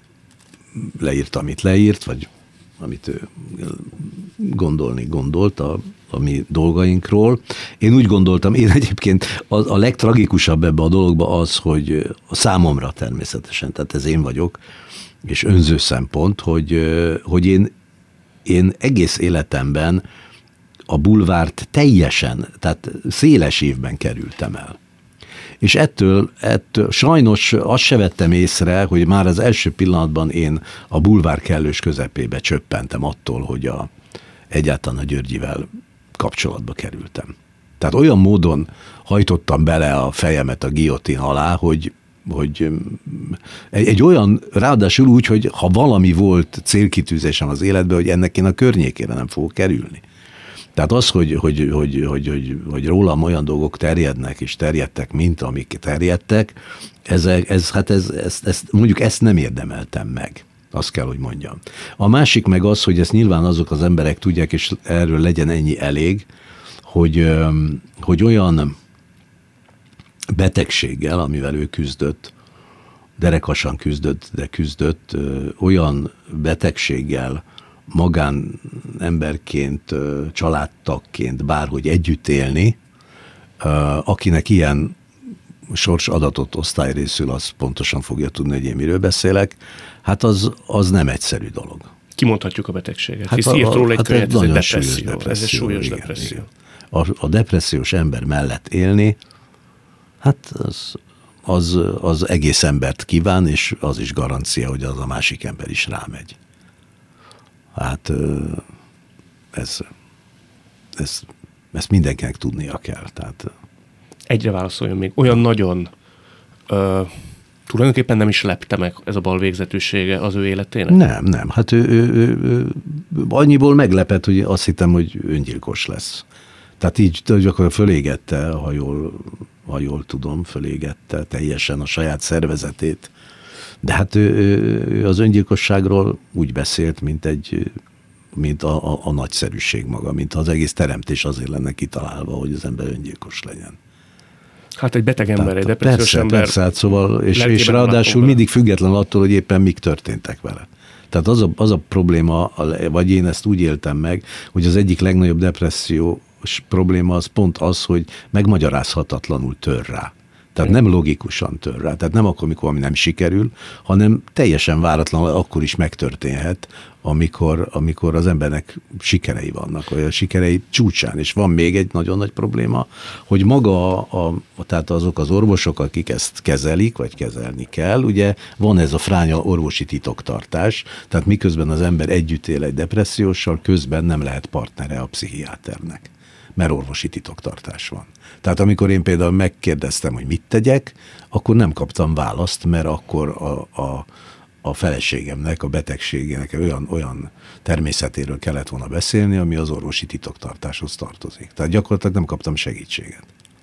leírt, amit leírt, vagy amit ő gondolni gondolt a, a mi dolgainkról. Én úgy gondoltam, én egyébként a, a legtragikusabb ebbe a dologba az, hogy a számomra természetesen, tehát ez én vagyok, és önző szempont, hogy, hogy én, én egész életemben a bulvárt teljesen, tehát széles évben kerültem el. És ettől, ettől sajnos azt se vettem észre, hogy már az első pillanatban én a bulvár kellős közepébe csöppentem attól, hogy a, egyáltalán a Györgyivel kapcsolatba kerültem. Tehát olyan módon hajtottam bele a fejemet a guillotine alá, hogy, hogy egy, egy olyan, ráadásul úgy, hogy ha valami volt célkitűzésem az életben, hogy ennek én a környékére nem fogok kerülni. Tehát az, hogy, hogy, hogy, hogy, hogy, hogy rólam olyan dolgok terjednek, és terjedtek, mint amik terjedtek, ez, ez, hát ez, ez, ez, mondjuk ezt nem érdemeltem meg. Azt kell, hogy mondjam. A másik meg az, hogy ezt nyilván azok az emberek tudják, és erről legyen ennyi elég, hogy, hogy olyan betegséggel, amivel ő küzdött, derekasan küzdött, de küzdött, olyan betegséggel, magánemberként, családtagként bárhogy együtt élni, akinek ilyen sors adatot osztályrészül, az pontosan fogja tudni, hogy én miről beszélek, hát az, az nem egyszerű dolog. Kimondhatjuk a betegséget. Hát Hisz írt róla egy hát könyvet, ez egy depresszió. depresszió. Ez egy súlyos igen, depresszió. Igen. A, a depressziós ember mellett élni, hát az, az, az egész embert kíván, és az is garancia, hogy az a másik ember is rámegy. Hát ez, ez, ezt mindenkinek tudnia kell. Tehát... Egyre válaszoljon még. Olyan nagyon ö, Tulajdonképpen nem is lepte meg ez a balvégzetűsége az ő életének? Nem, nem. Hát ő, ő, ő, ő annyiból meglepett, hogy azt hittem, hogy öngyilkos lesz. Tehát így gyakorlatilag fölégette, ha jól, ha jól tudom, fölégette teljesen a saját szervezetét. De hát ő, ő az öngyilkosságról úgy beszélt, mint egy mint a, a, a nagyszerűség maga, mint az egész teremtés azért lenne kitalálva, hogy az ember öngyilkos legyen. Hát egy beteg ember, Tehát, egy depressziós persze, ember. Persze, hát szóval, és, és ráadásul mindig független attól, hogy éppen mik történtek vele. Tehát az a, az a probléma, vagy én ezt úgy éltem meg, hogy az egyik legnagyobb depressziós probléma az pont az, hogy megmagyarázhatatlanul tör rá. Tehát nem logikusan tör rá. Tehát nem akkor, amikor valami nem sikerül, hanem teljesen váratlanul akkor is megtörténhet, amikor, amikor az embernek sikerei vannak, vagy a sikerei csúcsán. És van még egy nagyon nagy probléma, hogy maga, a, a, tehát azok az orvosok, akik ezt kezelik, vagy kezelni kell, ugye van ez a fránya orvosi titoktartás, tehát miközben az ember együtt él egy depresszióssal, közben nem lehet partnere a pszichiáternek, mert orvosi titoktartás van. Tehát amikor én például megkérdeztem, hogy mit tegyek, akkor nem kaptam választ, mert akkor a, a, a feleségemnek, a betegségének olyan, olyan természetéről kellett volna beszélni, ami az orvosi titoktartáshoz tartozik. Tehát gyakorlatilag nem kaptam segítséget.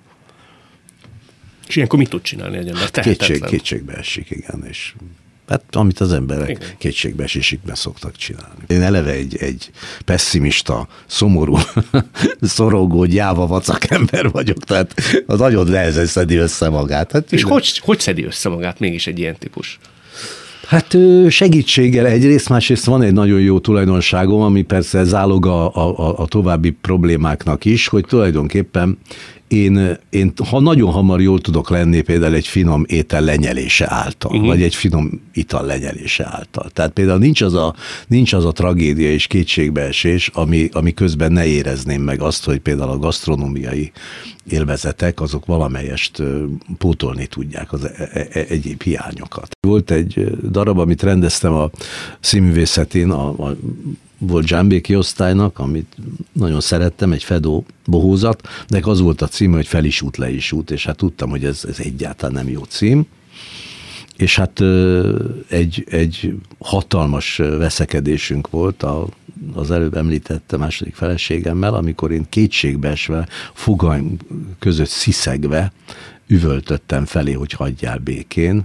És ilyenkor mit tud csinálni egy ember? Tehetetlen. Kétség, kétségbe esik, igen, és hát amit az emberek igen. kétségbeesésikben szoktak csinálni. Én eleve egy, egy pessimista, szomorú, szorongó, gyáva vacak ember vagyok, tehát az nagyon nehezen szedi össze magát. Hát, és hogy, hogy szedi össze magát mégis egy ilyen típus? Hát segítséggel egyrészt, másrészt van egy nagyon jó tulajdonságom, ami persze záloga a, a, a további problémáknak is, hogy tulajdonképpen én, én ha nagyon hamar jól tudok lenni például egy finom étel lenyelése által, uh-huh. vagy egy finom ital lenyelése által. Tehát például nincs az a, nincs az a tragédia és kétségbeesés, ami, ami közben ne érezném meg azt, hogy például a gasztronómiai élvezetek, azok valamelyest pótolni tudják az egyéb hiányokat. Volt egy darab, amit rendeztem a Színművészetén, a, a volt Zsámbéki osztálynak, amit nagyon szerettem, egy Fedó bohózat, de az volt a címe, hogy Fel is út, le is út, és hát tudtam, hogy ez, ez egyáltalán nem jó cím. És hát egy, egy hatalmas veszekedésünk volt a, az előbb említette második feleségemmel, amikor én kétségbeesve, fogaim között sziszegve üvöltöttem felé, hogy hagyjál békén.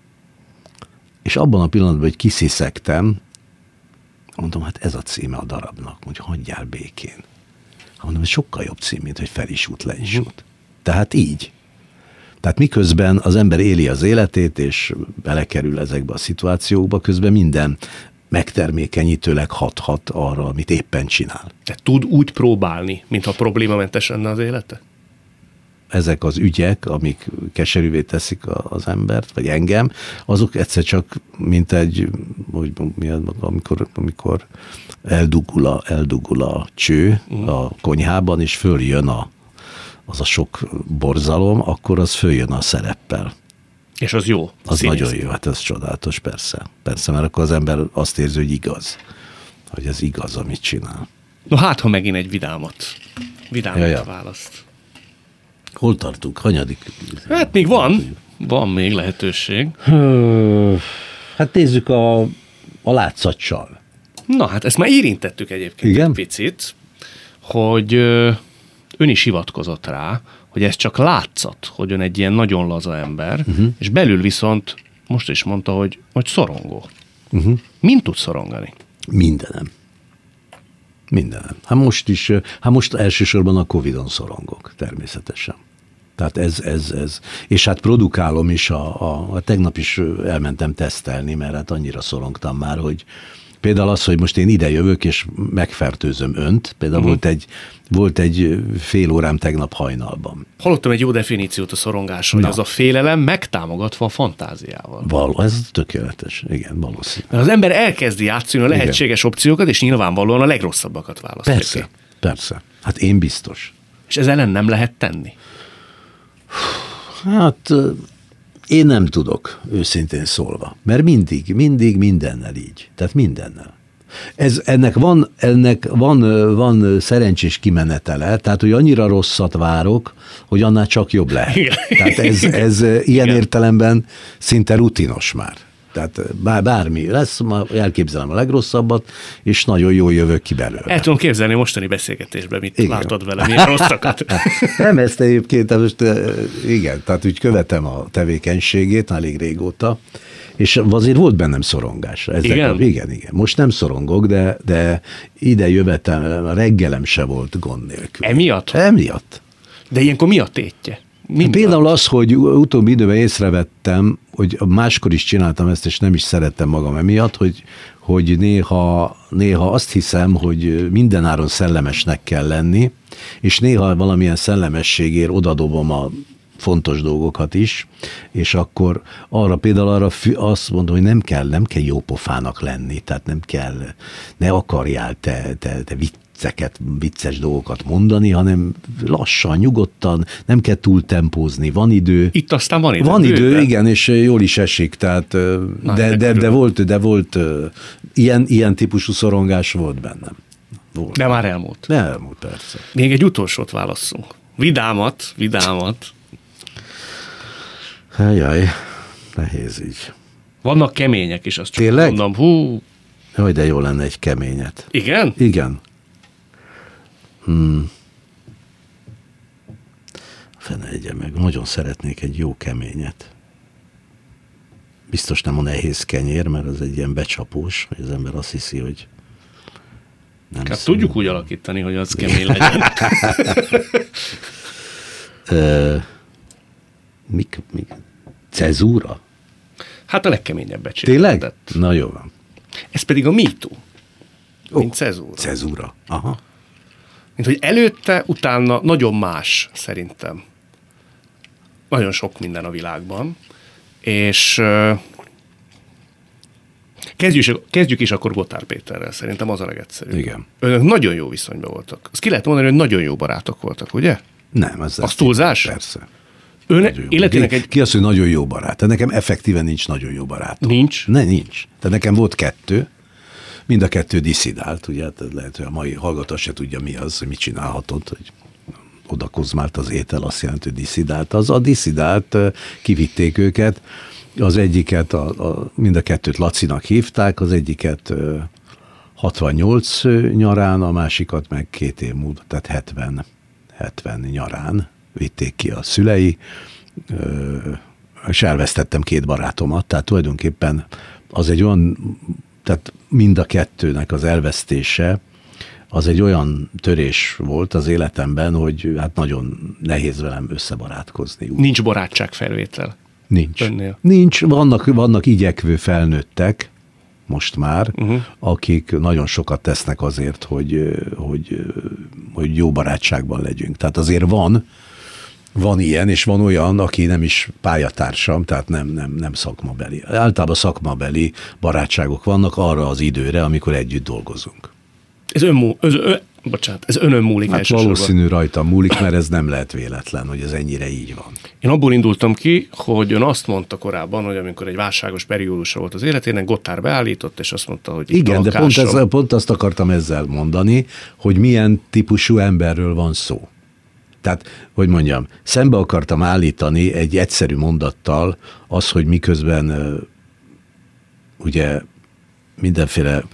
És abban a pillanatban, hogy kisziszegtem, mondom, hát ez a címe a darabnak, hogy hagyjál békén. Mondom, ez sokkal jobb cím, mint hogy fel is út, le is út. Tehát így. Tehát miközben az ember éli az életét, és belekerül ezekbe a szituációkba, közben minden megtermékenyítőleg hathat arra, amit éppen csinál. Tehát tud úgy próbálni, mintha problémamentes lenne az élete? Ezek az ügyek, amik keserűvé teszik az embert, vagy engem, azok egyszer csak, mint egy, hogy amikor, amikor eldugul a, eldugul a cső uh-huh. a konyhában, és följön a, az a sok borzalom, akkor az följön a szereppel. És az jó? Az színészni. Nagyon jó, hát ez csodálatos, persze. Persze, mert akkor az ember azt érzi, hogy igaz. Hogy ez igaz, amit csinál. No hát, ha megint egy vidámat. Vidámat ja, ja. választ. Hol tartunk? Hanyadik? Hát még van. Van még lehetőség. Hát nézzük a, a látszatcsal. Na hát ezt már érintettük egyébként igen? egy picit, hogy ön is hivatkozott rá, hogy ez csak látszat, hogy ön egy ilyen nagyon laza ember, uh-huh. és belül viszont most is mondta, hogy, hogy szorongó. Uh-huh. Mint tud szorongani? Mindenem. Mindenem. Hát most is, hát most elsősorban a Covidon szorongok, természetesen. Tehát ez, ez, ez. És hát produkálom is, a, a, a tegnap is elmentem tesztelni, mert hát annyira szorongtam már, hogy például az, hogy most én ide jövök, és megfertőzöm önt, például uh-huh. volt, egy, volt egy fél órám tegnap hajnalban. Hallottam egy jó definíciót a szorongásról, hogy az a félelem megtámogatva a fantáziával. Való, ez tökéletes, igen, valószínű. Mert az ember elkezdi játszani a lehetséges igen. opciókat, és nyilvánvalóan a legrosszabbakat választja. Persze, persze. Hát én biztos. És ez ellen nem lehet tenni? Hát én nem tudok, őszintén szólva. Mert mindig, mindig mindennel így. Tehát mindennel. Ez, ennek van, ennek van, van szerencsés kimenetele, tehát hogy annyira rosszat várok, hogy annál csak jobb lehet. Igen. Tehát ez, ez ilyen Igen. értelemben szinte rutinos már. Tehát bár, bármi lesz, ma elképzelem a legrosszabbat, és nagyon jól jövök ki belőle. El tudom képzelni mostani beszélgetésben, mit igen. látod vele, milyen rosszakat. Nem ezt egyébként, most igen, tehát úgy követem a tevékenységét elég régóta, és azért volt bennem szorongás. Ezek igen? A, igen, igen. Most nem szorongok, de, de ide jövetem, a reggelem se volt gond nélkül. Emiatt? Emiatt. De ilyenkor mi a tétje? Mi Például miatt? az, hogy utóbbi időben észrevettem, hogy máskor is csináltam ezt, és nem is szerettem magam emiatt, hogy, hogy néha, néha azt hiszem, hogy mindenáron szellemesnek kell lenni, és néha valamilyen szellemességért odadobom a fontos dolgokat is, és akkor arra például arra azt mondom, hogy nem kell, nem kell jópofának lenni, tehát nem kell, ne akarjál te, te, te vicceket, vicces dolgokat mondani, hanem lassan, nyugodtan, nem kell túl tempózni, van idő. Itt aztán van idő. Van idő, igen, és jól is esik, tehát, Na, de, de, de, volt, de volt ilyen, ilyen típusú szorongás volt bennem. Volt. De már elmúlt. De elmúlt, persze. Még egy utolsót válasszunk. Vidámat, vidámat. Jaj, nehéz így. Vannak kemények is, azt csak Tényleg? mondom. Hú. Jaj, de jó lenne egy keményet. Igen? Igen. Hmm. Fene egye meg, nagyon szeretnék egy jó keményet. Biztos nem a nehéz kenyér, mert az egy ilyen becsapós, hogy az ember azt hiszi, hogy nem hát tudjuk úgy alakítani, hogy az kemény legyen. uh, mik, mik? Cezúra? Hát a legkeményebb becsét. Tényleg? Na jó van. Ez pedig a MeToo. Oh, mint cezúra. Cezúra, aha. Mint hogy előtte, utána nagyon más, szerintem. Nagyon sok minden a világban. És uh, kezdjük, is, kezdjük is akkor Gotthard Péterrel, szerintem az a legegyszerűbb. Igen. Önök nagyon jó viszonyban voltak. Azt ki lehet mondani, hogy nagyon jó barátok voltak, ugye? Nem, az, az túlzás? Persze. Ön életének egy... Ki az, hogy nagyon jó barát? Tehát nekem effektíven nincs nagyon jó barátom. Nincs? Ne, nincs. Tehát nekem volt kettő, mind a kettő diszidált, ugye, hát lehet, hogy a mai hallgató se tudja, mi az, hogy mit csinálhatod, hogy oda kozmált az étel, azt jelenti, hogy diszidált. Az a diszidált, kivitték őket, az egyiket, a, a, mind a kettőt Lacinak hívták, az egyiket hatvannyolc nyarán, a másikat meg két év múlva, tehát hetven, hetven nyarán vitték ki a szülei, és elvesztettem két barátomat, tehát tulajdonképpen az egy olyan, tehát mind a kettőnek az elvesztése, az egy olyan törés volt az életemben, hogy hát nagyon nehéz velem összebarátkozni. Nincs barátságfelvétel. Nincs. Önnél. Nincs. Vannak, vannak igyekvő felnőttek, most már, uh-huh. akik nagyon sokat tesznek azért, hogy, hogy, hogy jó barátságban legyünk. Tehát azért van, van ilyen, és van olyan, aki nem is pályatársam, tehát nem, nem, nem szakmabeli. Általában szakmabeli barátságok vannak arra az időre, amikor együtt dolgozunk. Ez önmú, ez, ön, bocsánat, ez önön múlik hát elsősorban. Valószínű rajtam múlik, mert ez nem lehet véletlen, hogy ez ennyire így van. Én abból indultam ki, hogy ön azt mondta korábban, hogy amikor egy válságos periódusa volt az életének, Gotthard beállított, és azt mondta, hogy igen, de pont, ez, pont azt akartam ezzel mondani, hogy milyen típusú emberről van szó. Tehát, hogy mondjam, szembe akartam állítani egy egyszerű mondattal az, hogy miközben ugye mindenféle,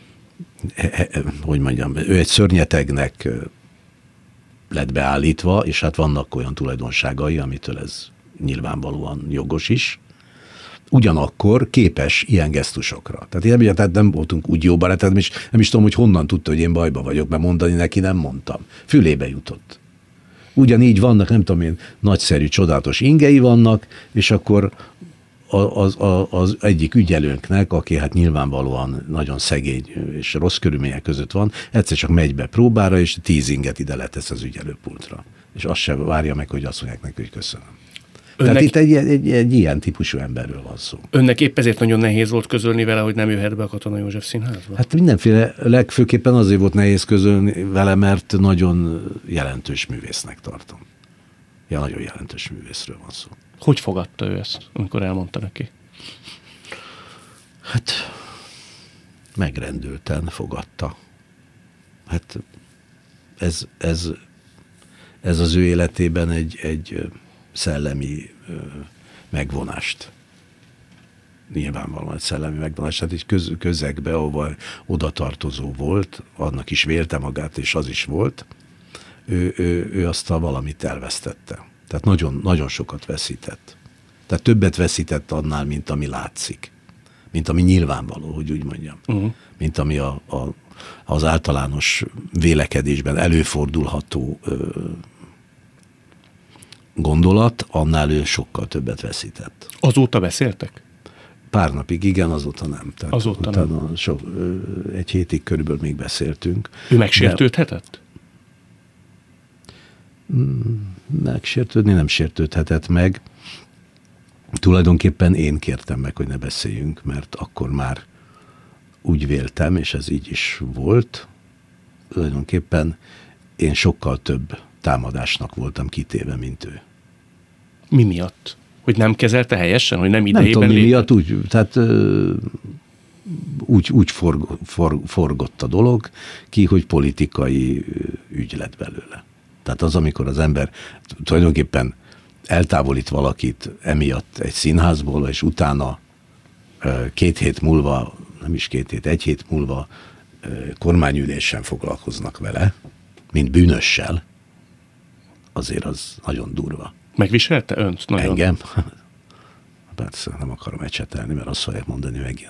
hogy mondjam, ő egy szörnyetegnek lett beállítva, és hát vannak olyan tulajdonságai, amitől ez nyilvánvalóan jogos is. Ugyanakkor képes ilyen gesztusokra. Tehát, én, tehát nem voltunk úgy jó barát, nem is, nem is tudom, hogy honnan tudta, hogy én bajba vagyok, mert mondani neki nem mondtam. Fülébe jutott. Ugyanígy vannak, nem tudom én, nagyszerű, csodálatos ingei vannak, és akkor az, az, az egyik ügyelőnknek, aki hát nyilvánvalóan nagyon szegény és rossz körülmények között van, egyszer csak megy be próbára, és tíz inget ide letesz az ügyelőpultra. És azt sem várja meg, hogy azt mondják neki, hogy köszönöm. Önnek, Tehát itt egy, egy, egy ilyen típusú emberről van szó. Önnek épp ezért nagyon nehéz volt közölni vele, hogy nem jöhet be a Katona József Színházba? Hát mindenféle, legfőképpen azért volt nehéz közölni vele, mert nagyon jelentős művésznek tartom. Ja, nagyon jelentős művészről van szó. Hogy fogadta ő ezt, amikor elmondta neki? Hát megrendülten fogadta. Hát ez, ez, ez az ő életében egy, egy szellemi megvonást. Nyilvánvalóan egy szellemi megvonást. Hát egy köz, közegbe, ahova oda tartozó volt, annak is vélte magát, és az is volt, ő, ő, ő azt a valamit elvesztette. Tehát nagyon, nagyon sokat veszített. Tehát többet veszített annál, mint ami látszik. Mint ami nyilvánvaló, hogy úgy mondjam. Uh-huh. Mint ami a, a, az általános vélekedésben előfordulható ö, gondolat, annál ő sokkal többet veszített. Azóta beszéltek? Pár napig igen, azóta nem. Tehát azóta nem. So, egy hétig körülbelül még beszéltünk. Ő megsértődhetett? De, megsértődni nem sértődhetett meg. Tulajdonképpen én kértem meg, hogy ne beszéljünk, mert akkor már úgy véltem, és ez így is volt, tulajdonképpen én sokkal több támadásnak voltam kitéve, mint ő. Mi miatt? Hogy nem kezelte helyesen? Hogy nem idejében nem tudom, mi lépett? miatt, úgy, tehát úgy, úgy forg, forg, forgott a dolog ki, hogy politikai ügy lett belőle. Tehát az, amikor az ember tulajdonképpen eltávolít valakit emiatt egy színházból, és utána két hét múlva, nem is két hét, egy hét múlva kormányülésen foglalkoznak vele, mint bűnössel, azért az nagyon durva. Megviselte önt? Nagyon. Engem? Persze, nem akarom ecsetelni, mert azt fogják mondani megint,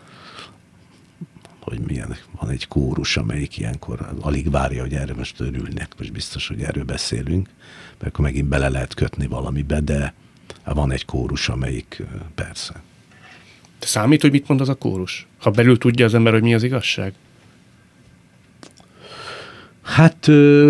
hogy milyen, van egy kórus, amelyik ilyenkor alig várja, hogy erről most örülnek, most biztos, hogy erről beszélünk, mert akkor megint bele lehet kötni valamibe, de van egy kórus, amelyik persze. De számít, hogy mit mond az a kórus? Ha belül tudja az ember, hogy mi az igazság? Hát,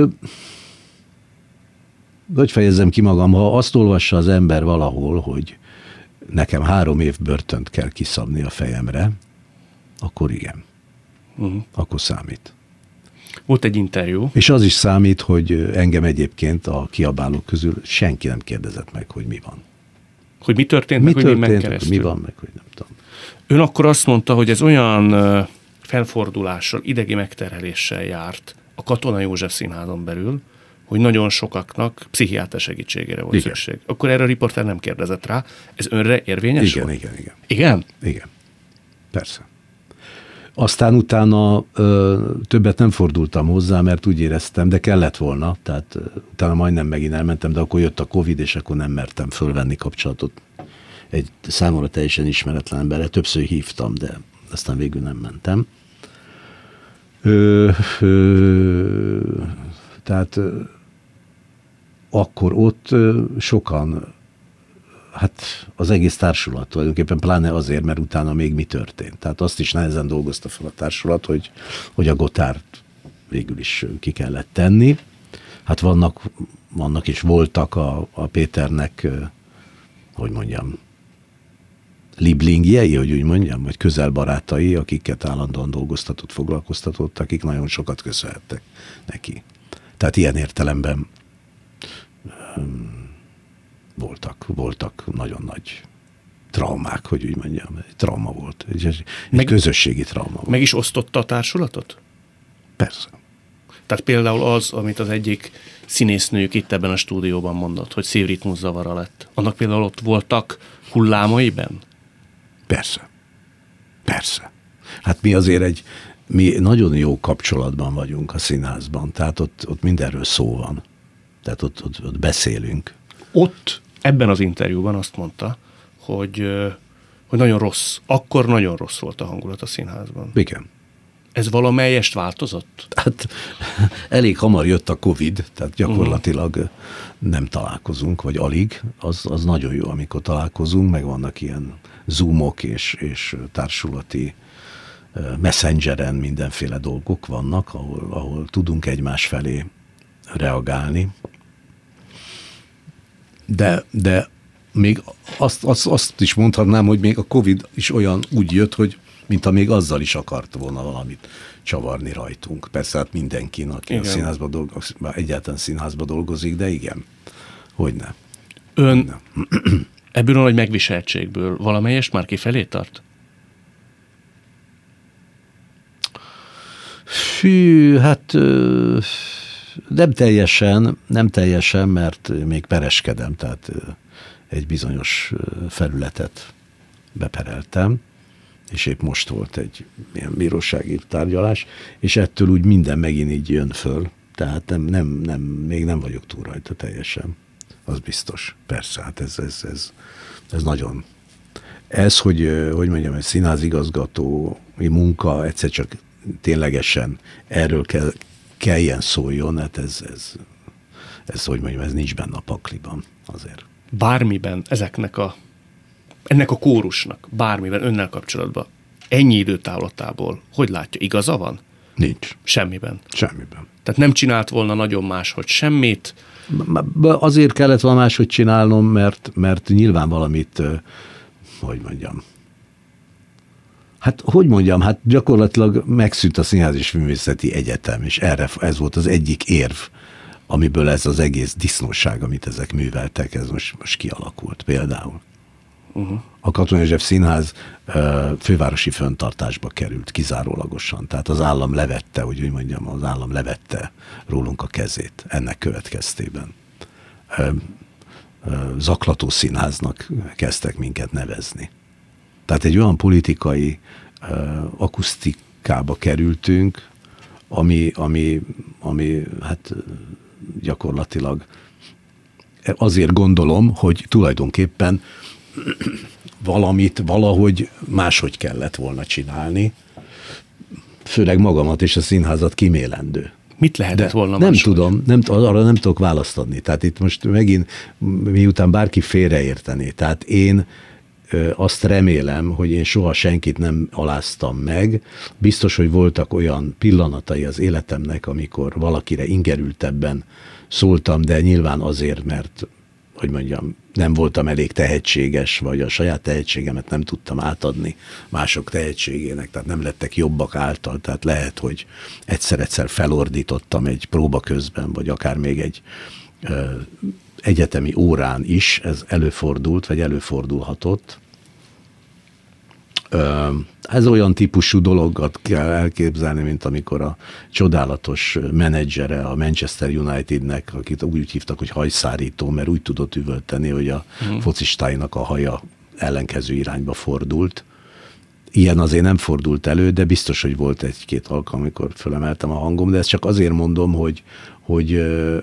hogy fejezzem ki magam, ha azt olvassa az ember valahol, hogy nekem három év börtönt kell kiszabni a fejemre, akkor igen. Uh-huh. Akkor számít. Volt egy interjú. És az is számít, hogy engem egyébként a kiabálók közül senki nem kérdezett meg, hogy mi van. Hogy mi történt, mi meg, történt, hogy mi ment mi van, meg hogy nem tudom. Ön akkor azt mondta, hogy ez olyan felfordulással, idegi megterheléssel járt a Katona József Színházon belül, hogy nagyon sokaknak pszichiáter segítségére volt igen. szükség. Akkor erre a riporter nem kérdezett rá. Ez önre érvényes igen, volt? Igen, igen, igen. Igen? Persze. Aztán utána ö, többet nem fordultam hozzá, mert úgy éreztem, de kellett volna, tehát ö, utána majdnem megint elmentem, de akkor jött a Covid, és akkor nem mertem fölvenni kapcsolatot egy számomra teljesen ismeretlen emberre. Többször hívtam, de aztán végül nem mentem. Ö, ö, tehát ö, akkor ott ö, sokan, hát az egész társulat tulajdonképpen, pláne azért, mert utána még mi történt. Tehát azt is nehezen dolgozta fel a társulat, hogy, hogy a Gotthárd végül is ki kellett tenni. Hát vannak, vannak és voltak a, a Péternek, hogy mondjam, liblingjei, hogy úgy mondjam, vagy közelbarátai, akiket állandóan dolgoztatott, foglalkoztatott, akik nagyon sokat köszönhettek neki. Tehát ilyen értelemben voltak, voltak nagyon nagy traumák, hogy úgy mondjam. Egy trauma volt. Egy, egy meg, közösségi trauma volt. Meg is osztotta a társulatot? Persze. Tehát például az, amit az egyik színésznőjük itt ebben a stúdióban mondott, hogy szívritmus zavara lett. Annak például ott voltak hullámaiben? Persze. Persze. Hát mi azért egy, mi nagyon jó kapcsolatban vagyunk a színházban, tehát ott, ott mindenről szó van. Tehát ott, ott, ott beszélünk. Ott, ebben az interjúban azt mondta, hogy, hogy nagyon rossz, akkor nagyon rossz volt a hangulat a színházban. Igen. Ez valamelyest változott? Hát elég hamar jött a Covid, tehát gyakorlatilag uh-huh. nem találkozunk, vagy alig. Az, az nagyon jó, amikor találkozunk, meg vannak ilyen zoomok és, és társulati messengeren mindenféle dolgok vannak, ahol, ahol tudunk egymás felé reagálni. De, de még azt, azt, azt is mondhatnám, hogy még a Covid is olyan úgy jött, hogy mint még azzal is akart volna valamit csavarni rajtunk. Persze hát mindenki, aki igen. a színházban dolgozik, egyáltalán színházban dolgozik, de igen, hogyne. Ön hogyne. Ebből a nagy megviseltségből valamelyest már kifelé tart? Fű, hát nem teljesen, nem teljesen, mert még pereskedem, tehát egy bizonyos felületet bepereltem, és épp most volt egy ilyen bírósági tárgyalás, és ettől úgy minden megint így jön föl, tehát nem, nem, nem, még nem vagyok túl rajta teljesen. Az biztos. Persze, hát ez, ez, ez, ez nagyon... Ez, hogy, hogy mondjam, egy színházigazgatói munka egyszer csak ténylegesen erről kell, kelljen szóljon, hát ez, ez, ez, hogy mondjam, ez nincs benne a pakliban azért. Bármiben ezeknek a, ennek a kórusnak, bármiben önnel kapcsolatban, ennyi időtávlatából, hogy látja, igaza van? Nincs. Semmiben. Semmiben. Tehát nem csinált volna nagyon máshogy semmit? Azért kellett volna máshogy csinálnom, mert, mert nyilván valamit, hogy mondjam, hát hogy mondjam, hát gyakorlatilag megszűnt a Színház és Művészeti Egyetem, és erre ez volt az egyik érv, amiből ez az egész disznóság, amit ezek műveltek, ez most, most kialakult például. Uh-huh. A Katona József Színház fővárosi fenntartásba került kizárólagosan, tehát az állam levette, hogy úgy mondjam, az állam levette rólunk a kezét ennek következtében. Zaklató színháznak kezdtek minket nevezni. Tehát egy olyan politikai akusztikába kerültünk, ami, ami, ami hát gyakorlatilag azért gondolom, hogy tulajdonképpen valamit valahogy máshogy kellett volna csinálni, főleg magamat és a színházat kimélendő. Mit lehetett De volna nem máshogy? tudom, nem, arra nem tudok választ adni. Tehát itt most megint, miután bárki félreértené, tehát én ö, azt remélem, hogy én soha senkit nem aláztam meg. Biztos, hogy voltak olyan pillanatai az életemnek, amikor valakire ingerültebben szóltam, de nyilván azért, mert hogy mondjam, nem voltam elég tehetséges, vagy a saját tehetségemet nem tudtam átadni mások tehetségének, tehát nem lettek jobbak által, tehát lehet, hogy egyszer-egyszer felordítottam egy próba közben, vagy akár még egy ö, egyetemi órán is, ez előfordult, vagy előfordulhatott. Ö, ez olyan típusú dologat kell elképzelni, mint amikor a csodálatos menedzsere a Manchester Unitednek, akit úgy hívtak, hogy hajszárító, mert úgy tudott üvölteni, hogy a hmm. focistáinak a haja ellenkező irányba fordult. Ilyen azért nem fordult elő, de biztos, hogy volt egy-két alkalom, amikor fölemeltem a hangom, de ezt csak azért mondom, hogy, hogy ö,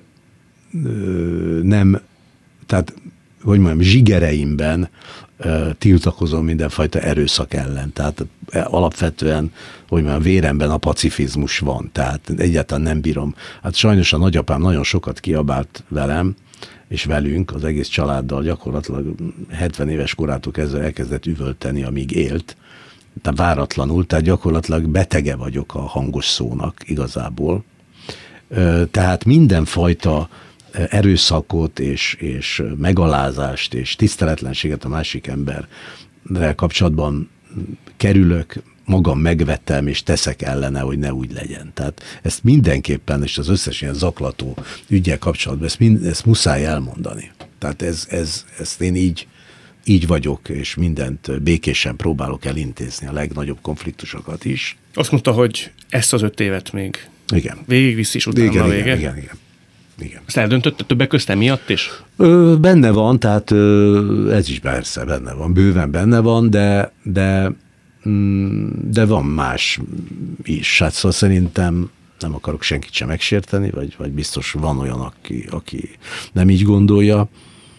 ö, nem, tehát, hogy mondjam, zsigereimben ö, tiltakozom mindenfajta erőszak ellen. Tehát alapvetően, hogy mondjam, véremben a pacifizmus van, tehát egyáltalán nem bírom. Hát sajnos a nagyapám nagyon sokat kiabált velem, és velünk, az egész családdal gyakorlatilag hetven éves korától kezdve elkezdett üvölteni, amíg élt, de váratlanul, tehát gyakorlatilag betege vagyok a hangos szónak igazából. Tehát mindenfajta erőszakot és, és megalázást és tiszteletlenséget a másik emberrel kapcsolatban kerülök, magam megvettem és teszek ellene, hogy ne úgy legyen. Tehát ezt mindenképpen, és az összes ilyen zaklató üggyel kapcsolatban, ezt, mind, ezt muszáj elmondani. Tehát ez, ez, ezt én így, így vagyok, és mindent békésen próbálok elintézni, a legnagyobb konfliktusokat is. Azt mondta, hogy ezt az öt évet még igen. végigvisz is utána igen, a vége? Igen, igen, igen. Igen. Ezt eldöntötte többek közt emiatt is? Ö, benne van, tehát ö, ez is persze benne van, bőven benne van, de, de, mm, de van más is. Hát szóval szerintem nem akarok senkit sem megsérteni, vagy, vagy biztos van olyan, aki, aki nem így gondolja,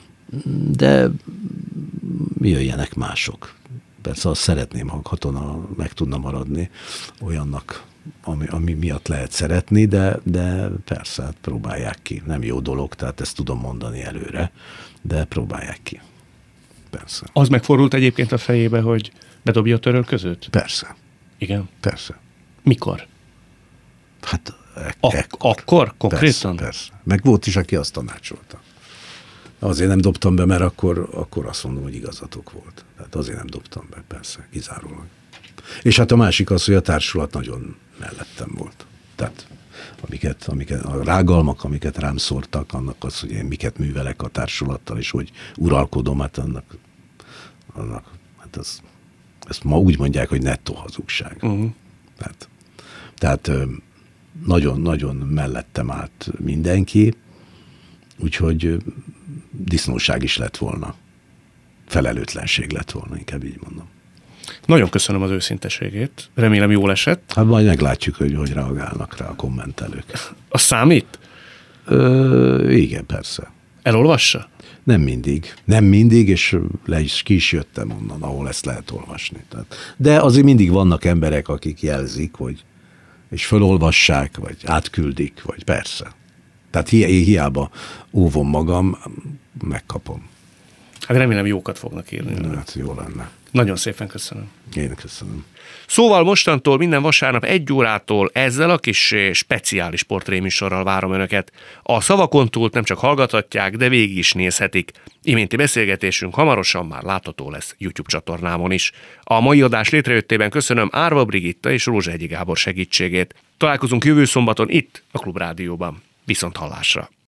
de jöjjenek mások. Persze azt szeretném, ha Katona meg tudna maradni olyannak, Ami, ami miatt lehet szeretni, de, de persze, hát próbálják ki. Nem jó dolog, tehát ezt tudom mondani előre, de próbálják ki. Persze. Az megfordult egyébként a fejébe, hogy bedobja a törölközőt? Persze. Igen? Persze. Mikor? Hát e- Ak- ekkor. Akkor? Konkrétan? Persze, persze. Meg volt is, aki azt tanácsolta. Azért nem dobtam be, mert akkor, akkor azt mondom, hogy igazatok volt. Tehát azért nem dobtam be, persze, kizárólag. És hát a másik az, hogy a társulat nagyon mellettem volt. Tehát amiket, amiket, a rágalmak, amiket rám szórtak, annak az, hogy én miket művelek a társulattal, és hogy uralkodom, hát annak, annak hát az, ezt ma úgy mondják, hogy nettó hazugság. Uh-huh. Tehát, tehát nagyon-nagyon mellettem állt mindenki, úgyhogy disznóság is lett volna. Felelőtlenség lett volna, inkább így mondom. Nagyon köszönöm az őszinteségét. Remélem jól esett. Hát majd meglátjuk, hogy hogy reagálnak rá a kommentelők. A számít? Ö, igen, persze. Elolvassa? Nem mindig. Nem mindig, és le is, ki is jöttem onnan, ahol ezt lehet olvasni. Tehát, de azért mindig vannak emberek, akik jelzik, hogy és felolvassák, vagy átküldik, vagy persze. Tehát hi- én hiába óvom magam, megkapom. Hát remélem jókat fognak írni. Hát jó lenne. Nagyon szépen köszönöm. Én köszönöm. Szóval mostantól minden vasárnap egy órától ezzel a kis speciális portréműsorral várom Önöket. A Szavakon túlt nem csak hallgathatják, de végig is nézhetik. Iménti beszélgetésünk hamarosan már látható lesz YouTube csatornámon is. A mai adás létrejöttében köszönöm Árva Brigitta és Rózsahegyi Gábor segítségét. Találkozunk jövő szombaton itt, a Klubrádióban. Viszont hallásra!